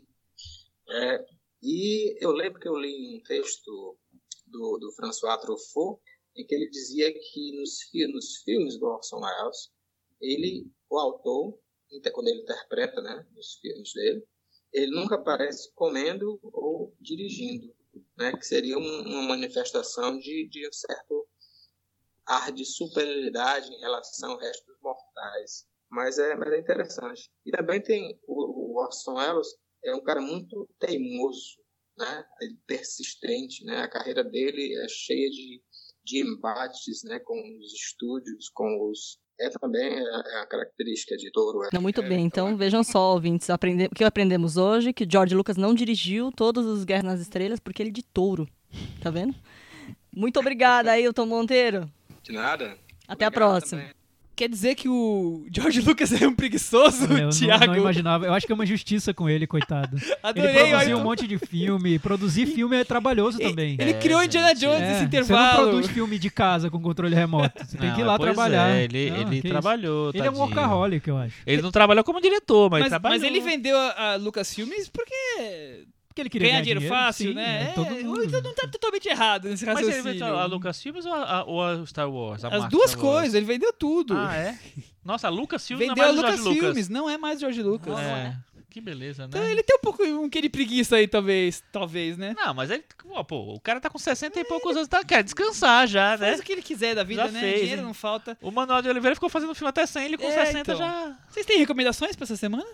É, e eu lembro que eu li um texto do, do François Truffaut em que ele dizia que nos, nos filmes do Orson Welles, ele, o autor, quando ele interpreta, né, os filmes dele, ele nunca aparece comendo ou dirigindo, né, que seria um, uma manifestação de, de um certo ar de superioridade em relação ao resto dos mortais. Mas é, mas é interessante. E também tem o, o Orson Welles, é um cara muito teimoso, né, persistente, né, a carreira dele é cheia de de embates, né, com os estúdios, com os... É também é a característica de Toro. Não, muito é, bem, então vejam só, ouvintes, aprende... o que aprendemos hoje, que George Lucas não dirigiu todos os Guerra nas Estrelas porque ele é de Touro, tá vendo? Muito obrigada, Ailton Monteiro. De nada. Até a Obrigado próxima. também. Quer dizer que o George Lucas é um preguiçoso, Eu não, Thiago? não imaginava. Eu acho que é uma injustiça com ele, coitado. Adorei, Ele produziu olha. um monte de filme. Produzir filme é trabalhoso também. Ele criou Indiana Jones É, nesse você não intervalo. produz filme de casa com controle remoto. Você tem Não, que ir lá pois trabalhar. é, ele Não, ele que trabalhou, isso. Ele é um tadinho. workaholic, eu acho. Ele não trabalhou como diretor, mas, Mas, trabalhou. mas ele vendeu a, a Lucasfilmes porque Porque ele queria ganhar ganhar dinheiro fácil, sim, né? é, todo É, mundo. então não tá totalmente errado nesse Mas ele raciocínio. vendeu a Lucasfilmes ou a, a, ou a Star Wars? A As marca duas Star Wars? coisas, ele vendeu tudo. Ah, é? Nossa, a Lucasfilmes Vendeu a não é mais o George Lucasfilmes, Lucas. não é mais o George Lucas. É, que beleza, né? Então ele tem um pouco um quê de preguiça aí, talvez, talvez, né? Não, mas ele, pô, o cara tá com sessenta e poucos anos, tá, quer descansar já, né? Faz o que ele quiser da vida, Já né? fez, Dinheiro hein? não falta. O Manuel de Oliveira ficou fazendo filme até cem, ele com É, sessenta então. já... Vocês têm recomendações pra essa semana?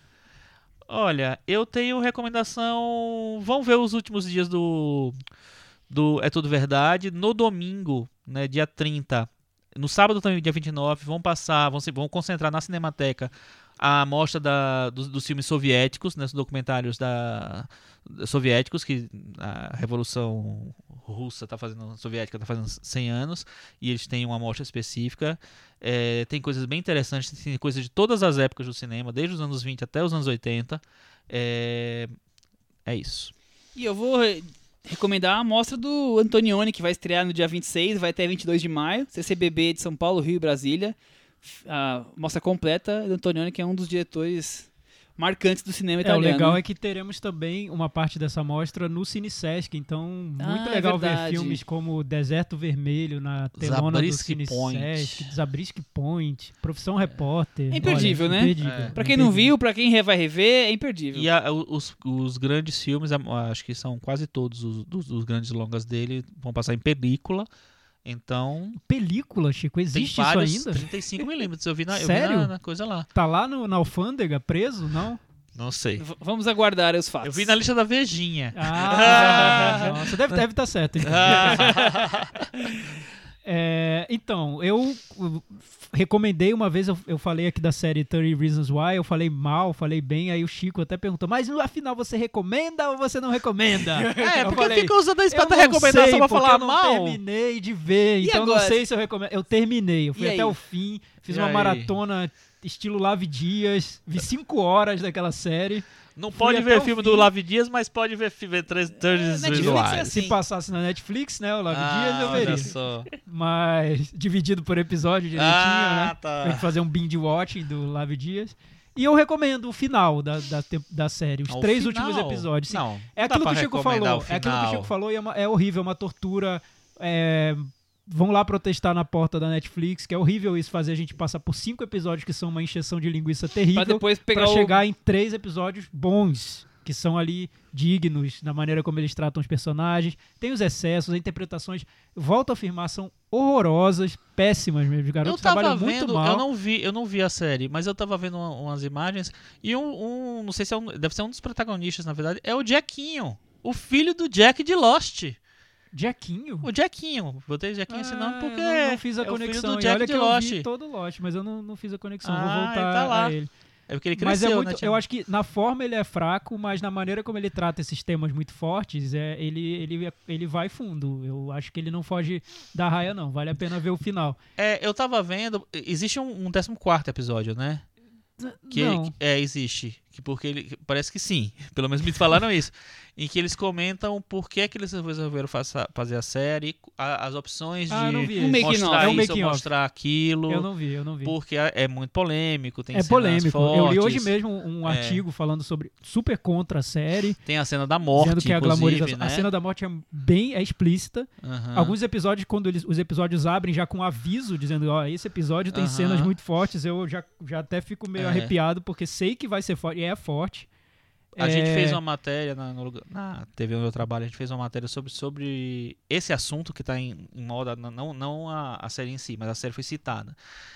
Olha, eu tenho recomendação... Vamos ver os últimos dias do, do É Tudo Verdade. No domingo, né, dia trinta, no sábado também, dia vinte e nove, vão passar, vão, se, vão concentrar na Cinemateca a mostra da, dos, dos filmes soviéticos, né, os documentários da, soviéticos, que a Revolução Russa tá fazendo, soviética está fazendo cem anos, e eles têm uma mostra específica. É, tem coisas bem interessantes, tem coisas de todas as épocas do cinema, desde os anos vinte até os anos oitenta. É, é isso. E eu vou re- recomendar a mostra do Antonioni, que vai estrear no dia vinte e seis, vai até vinte e dois de maio, C C B B de São Paulo, Rio e Brasília. A mostra completa do Antonioni, que é um dos diretores marcantes do cinema É, o italiano. legal é que teremos também uma parte dessa mostra no Cine Sesc, então muito Ah, é legal ver verdade. filmes como Deserto Vermelho na telona do Zabriskie Cine Point. Sesc, Zabriskie Point, Profissão Repórter. É imperdível, Olha, né? imperdível, É. Pra quem não imperdível. viu, pra quem re- vai rever, é imperdível. E a- os, os grandes filmes, a- acho que são quase todos os, dos, dos grandes longas dele, vão passar em película. Então, Película, Chico, tem existe vários isso ainda? trinta e cinco milímetros. Eu vi na, eu vi Sério? na, na coisa lá. Tá lá no, na alfândega, preso, não? Não sei. V- vamos aguardar os fatos. Eu vi na lista da Vejinha. Ah, nossa, deve estar tá certo. Então. Ah. É, então, eu uh, recomendei uma vez, eu, eu falei aqui da série thirty Reasons Why, eu falei mal, falei bem, aí o Chico até perguntou, mas afinal você recomenda ou você não recomenda? É, Eu porque falei, fica usando isso pra eu ter não recomendação sei, pra porque falar eu não mal. terminei de ver, E então eu não agora? sei se eu recomendo. Eu terminei, eu fui E até aí? o fim, fiz E uma aí? maratona estilo Lave Dias, vi cinco horas daquela série. Não Fui pode até ver o filme fim. do Lave Dias, mas pode ver filme três Netflix é visuais. assim. Se passasse na Netflix, né, o Lave Ah, Dias, eu olha veria. só. Mas dividido por episódio direitinho, Ah, né? tá. Tem que fazer um binge watching do Lave Dias. E eu recomendo o final da, da, te- da série, os Ah, o três final? últimos episódios. Sim, Não, é não dá aquilo pra que o Chico recomendar falou. o É aquilo que o final. Chico falou e é, uma- é horrível, é uma tortura. é, vão lá protestar na porta da Netflix, que é horrível isso, fazer a gente passar por cinco episódios que são uma encheção de linguiça Pra terrível, depois pegar pra o... chegar em três episódios bons, que são ali dignos na maneira como eles tratam os personagens. Tem os excessos, as interpretações, volto a afirmar, são horrorosas, péssimas mesmo. Os Eu garotos tava trabalham muito vendo, mal. eu não vi, eu não vi a série, mas eu tava vendo uma- umas imagens e um, um- não sei se é um, deve ser um dos protagonistas, na verdade, é o Jackinho, o filho do Jack de Lost. Jackinho? O Jackinho, botei Jackinho esse nome Ah, porque eu não, não fiz a é o filho conexão. do E Jack olha de que eu Lost. vi todo Lost, mas eu não, não fiz a conexão. Ah, Vou ele voltar tá lá. a ele. É porque ele Mas cresceu, é muito, né? Tinha- eu acho que na forma ele é fraco, mas na maneira como ele trata esses temas muito fortes, é, ele, ele, ele vai fundo. Eu acho que ele não foge da raia, não. Vale a pena ver o final. É, eu tava vendo, existe um, um décimo quarto episódio, né? Que não. é, existe. Que porque ele, parece que sim. Pelo menos me falaram isso. Em que eles comentam por que, que eles resolveram faça- fazer a série, a- as opções Ah, eu não de vi Um making mostrar off. É um isso making ou off. mostrar aquilo. Eu não vi, eu não vi. Porque é, é muito polêmico, tem É cenas polêmico. fortes. Eu li hoje mesmo um É. artigo falando sobre super contra a série, Tem a cena da morte, dizendo que a inclusive, glamorização, né? a cena da morte é bem é explícita. Aham. Alguns episódios, quando eles, os episódios abrem já com aviso, dizendo, ó, esse episódio tem Aham. cenas muito fortes, eu já, já até fico meio É. arrepiado, porque sei que vai ser forte, e é forte. A É, gente fez uma matéria na, no lugar- na T V onde eu trabalho, a gente fez uma matéria sobre, sobre esse assunto que está em, em moda, não, não a, a série em si, mas a série foi citada.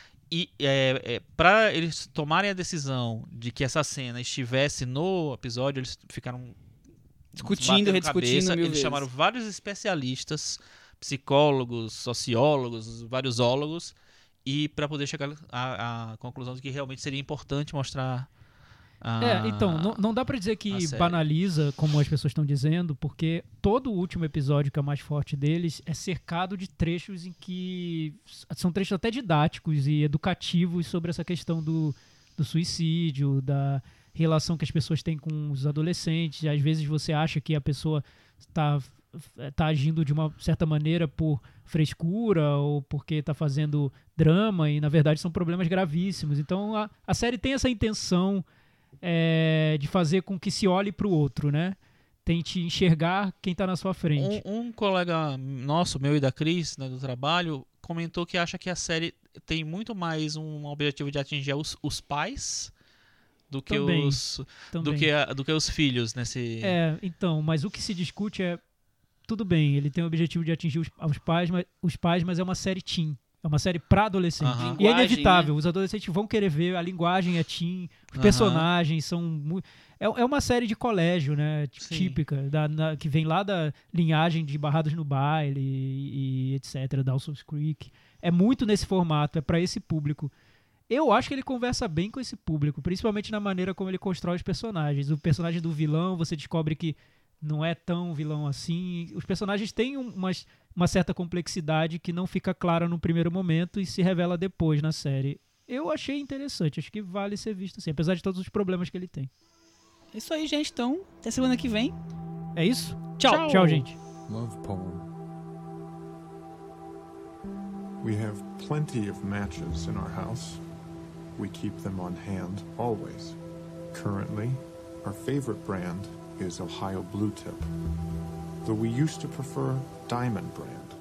E é, é, para eles tomarem a decisão de que essa cena estivesse no episódio, eles ficaram Discutindo, batendo rediscutindo cabeça, mil eles vezes. chamaram vários especialistas psicólogos, sociólogos, vários ólogos, e para poder chegar à, à conclusão de que realmente seria importante mostrar a, É, então, não, não dá pra dizer que banaliza, como as pessoas estão dizendo, porque todo o último episódio, que é o mais forte deles, é cercado de trechos em que são trechos até didáticos e educativos sobre essa questão do, do suicídio, da relação que as pessoas têm com os adolescentes. Às vezes você acha que a pessoa está tá agindo de uma certa maneira por frescura ou porque está fazendo drama, e na verdade são problemas gravíssimos. Então a, a série tem essa intenção é, de fazer com que se olhe para o outro, né? Tente enxergar quem está na sua frente. Um, um colega nosso, meu e da Cris, né, do trabalho, comentou que acha que a série tem muito mais um objetivo de atingir os, os pais do que, Também, os, também. do, que a, do que os filhos nesse... É, então, mas o que se discute é, tudo bem, ele tem o objetivo de atingir os, os, pais, mas, os pais, mas é uma série teen. É uma série pra adolescente. Aham. E é Linguagem, inevitável. né? Os adolescentes vão querer ver, a linguagem é teen, os Aham. personagens são muito... É, é uma série de colégio, né? T- Sim. Típica, da, na- que vem lá da linhagem de Barrados no Baile e, e etcétera, Dawson's Creek. É muito nesse formato, é pra esse público. Eu acho que ele conversa bem com esse público, principalmente na maneira como ele constrói os personagens. O personagem do vilão, você descobre que não é tão vilão assim. Os personagens têm um- umas, uma certa complexidade que não fica clara no primeiro momento e se revela depois na série. Eu achei interessante, acho que vale ser visto assim, apesar de todos os problemas que ele tem. É isso aí, gente. Então, até semana que vem. É isso? Tchau. Tchau, gente. Love poem. We have plenty of matches in our house. We keep them on hand always. Currently, our favorite brand is Ohio Blue Tip, though we used to prefer Diamond brand.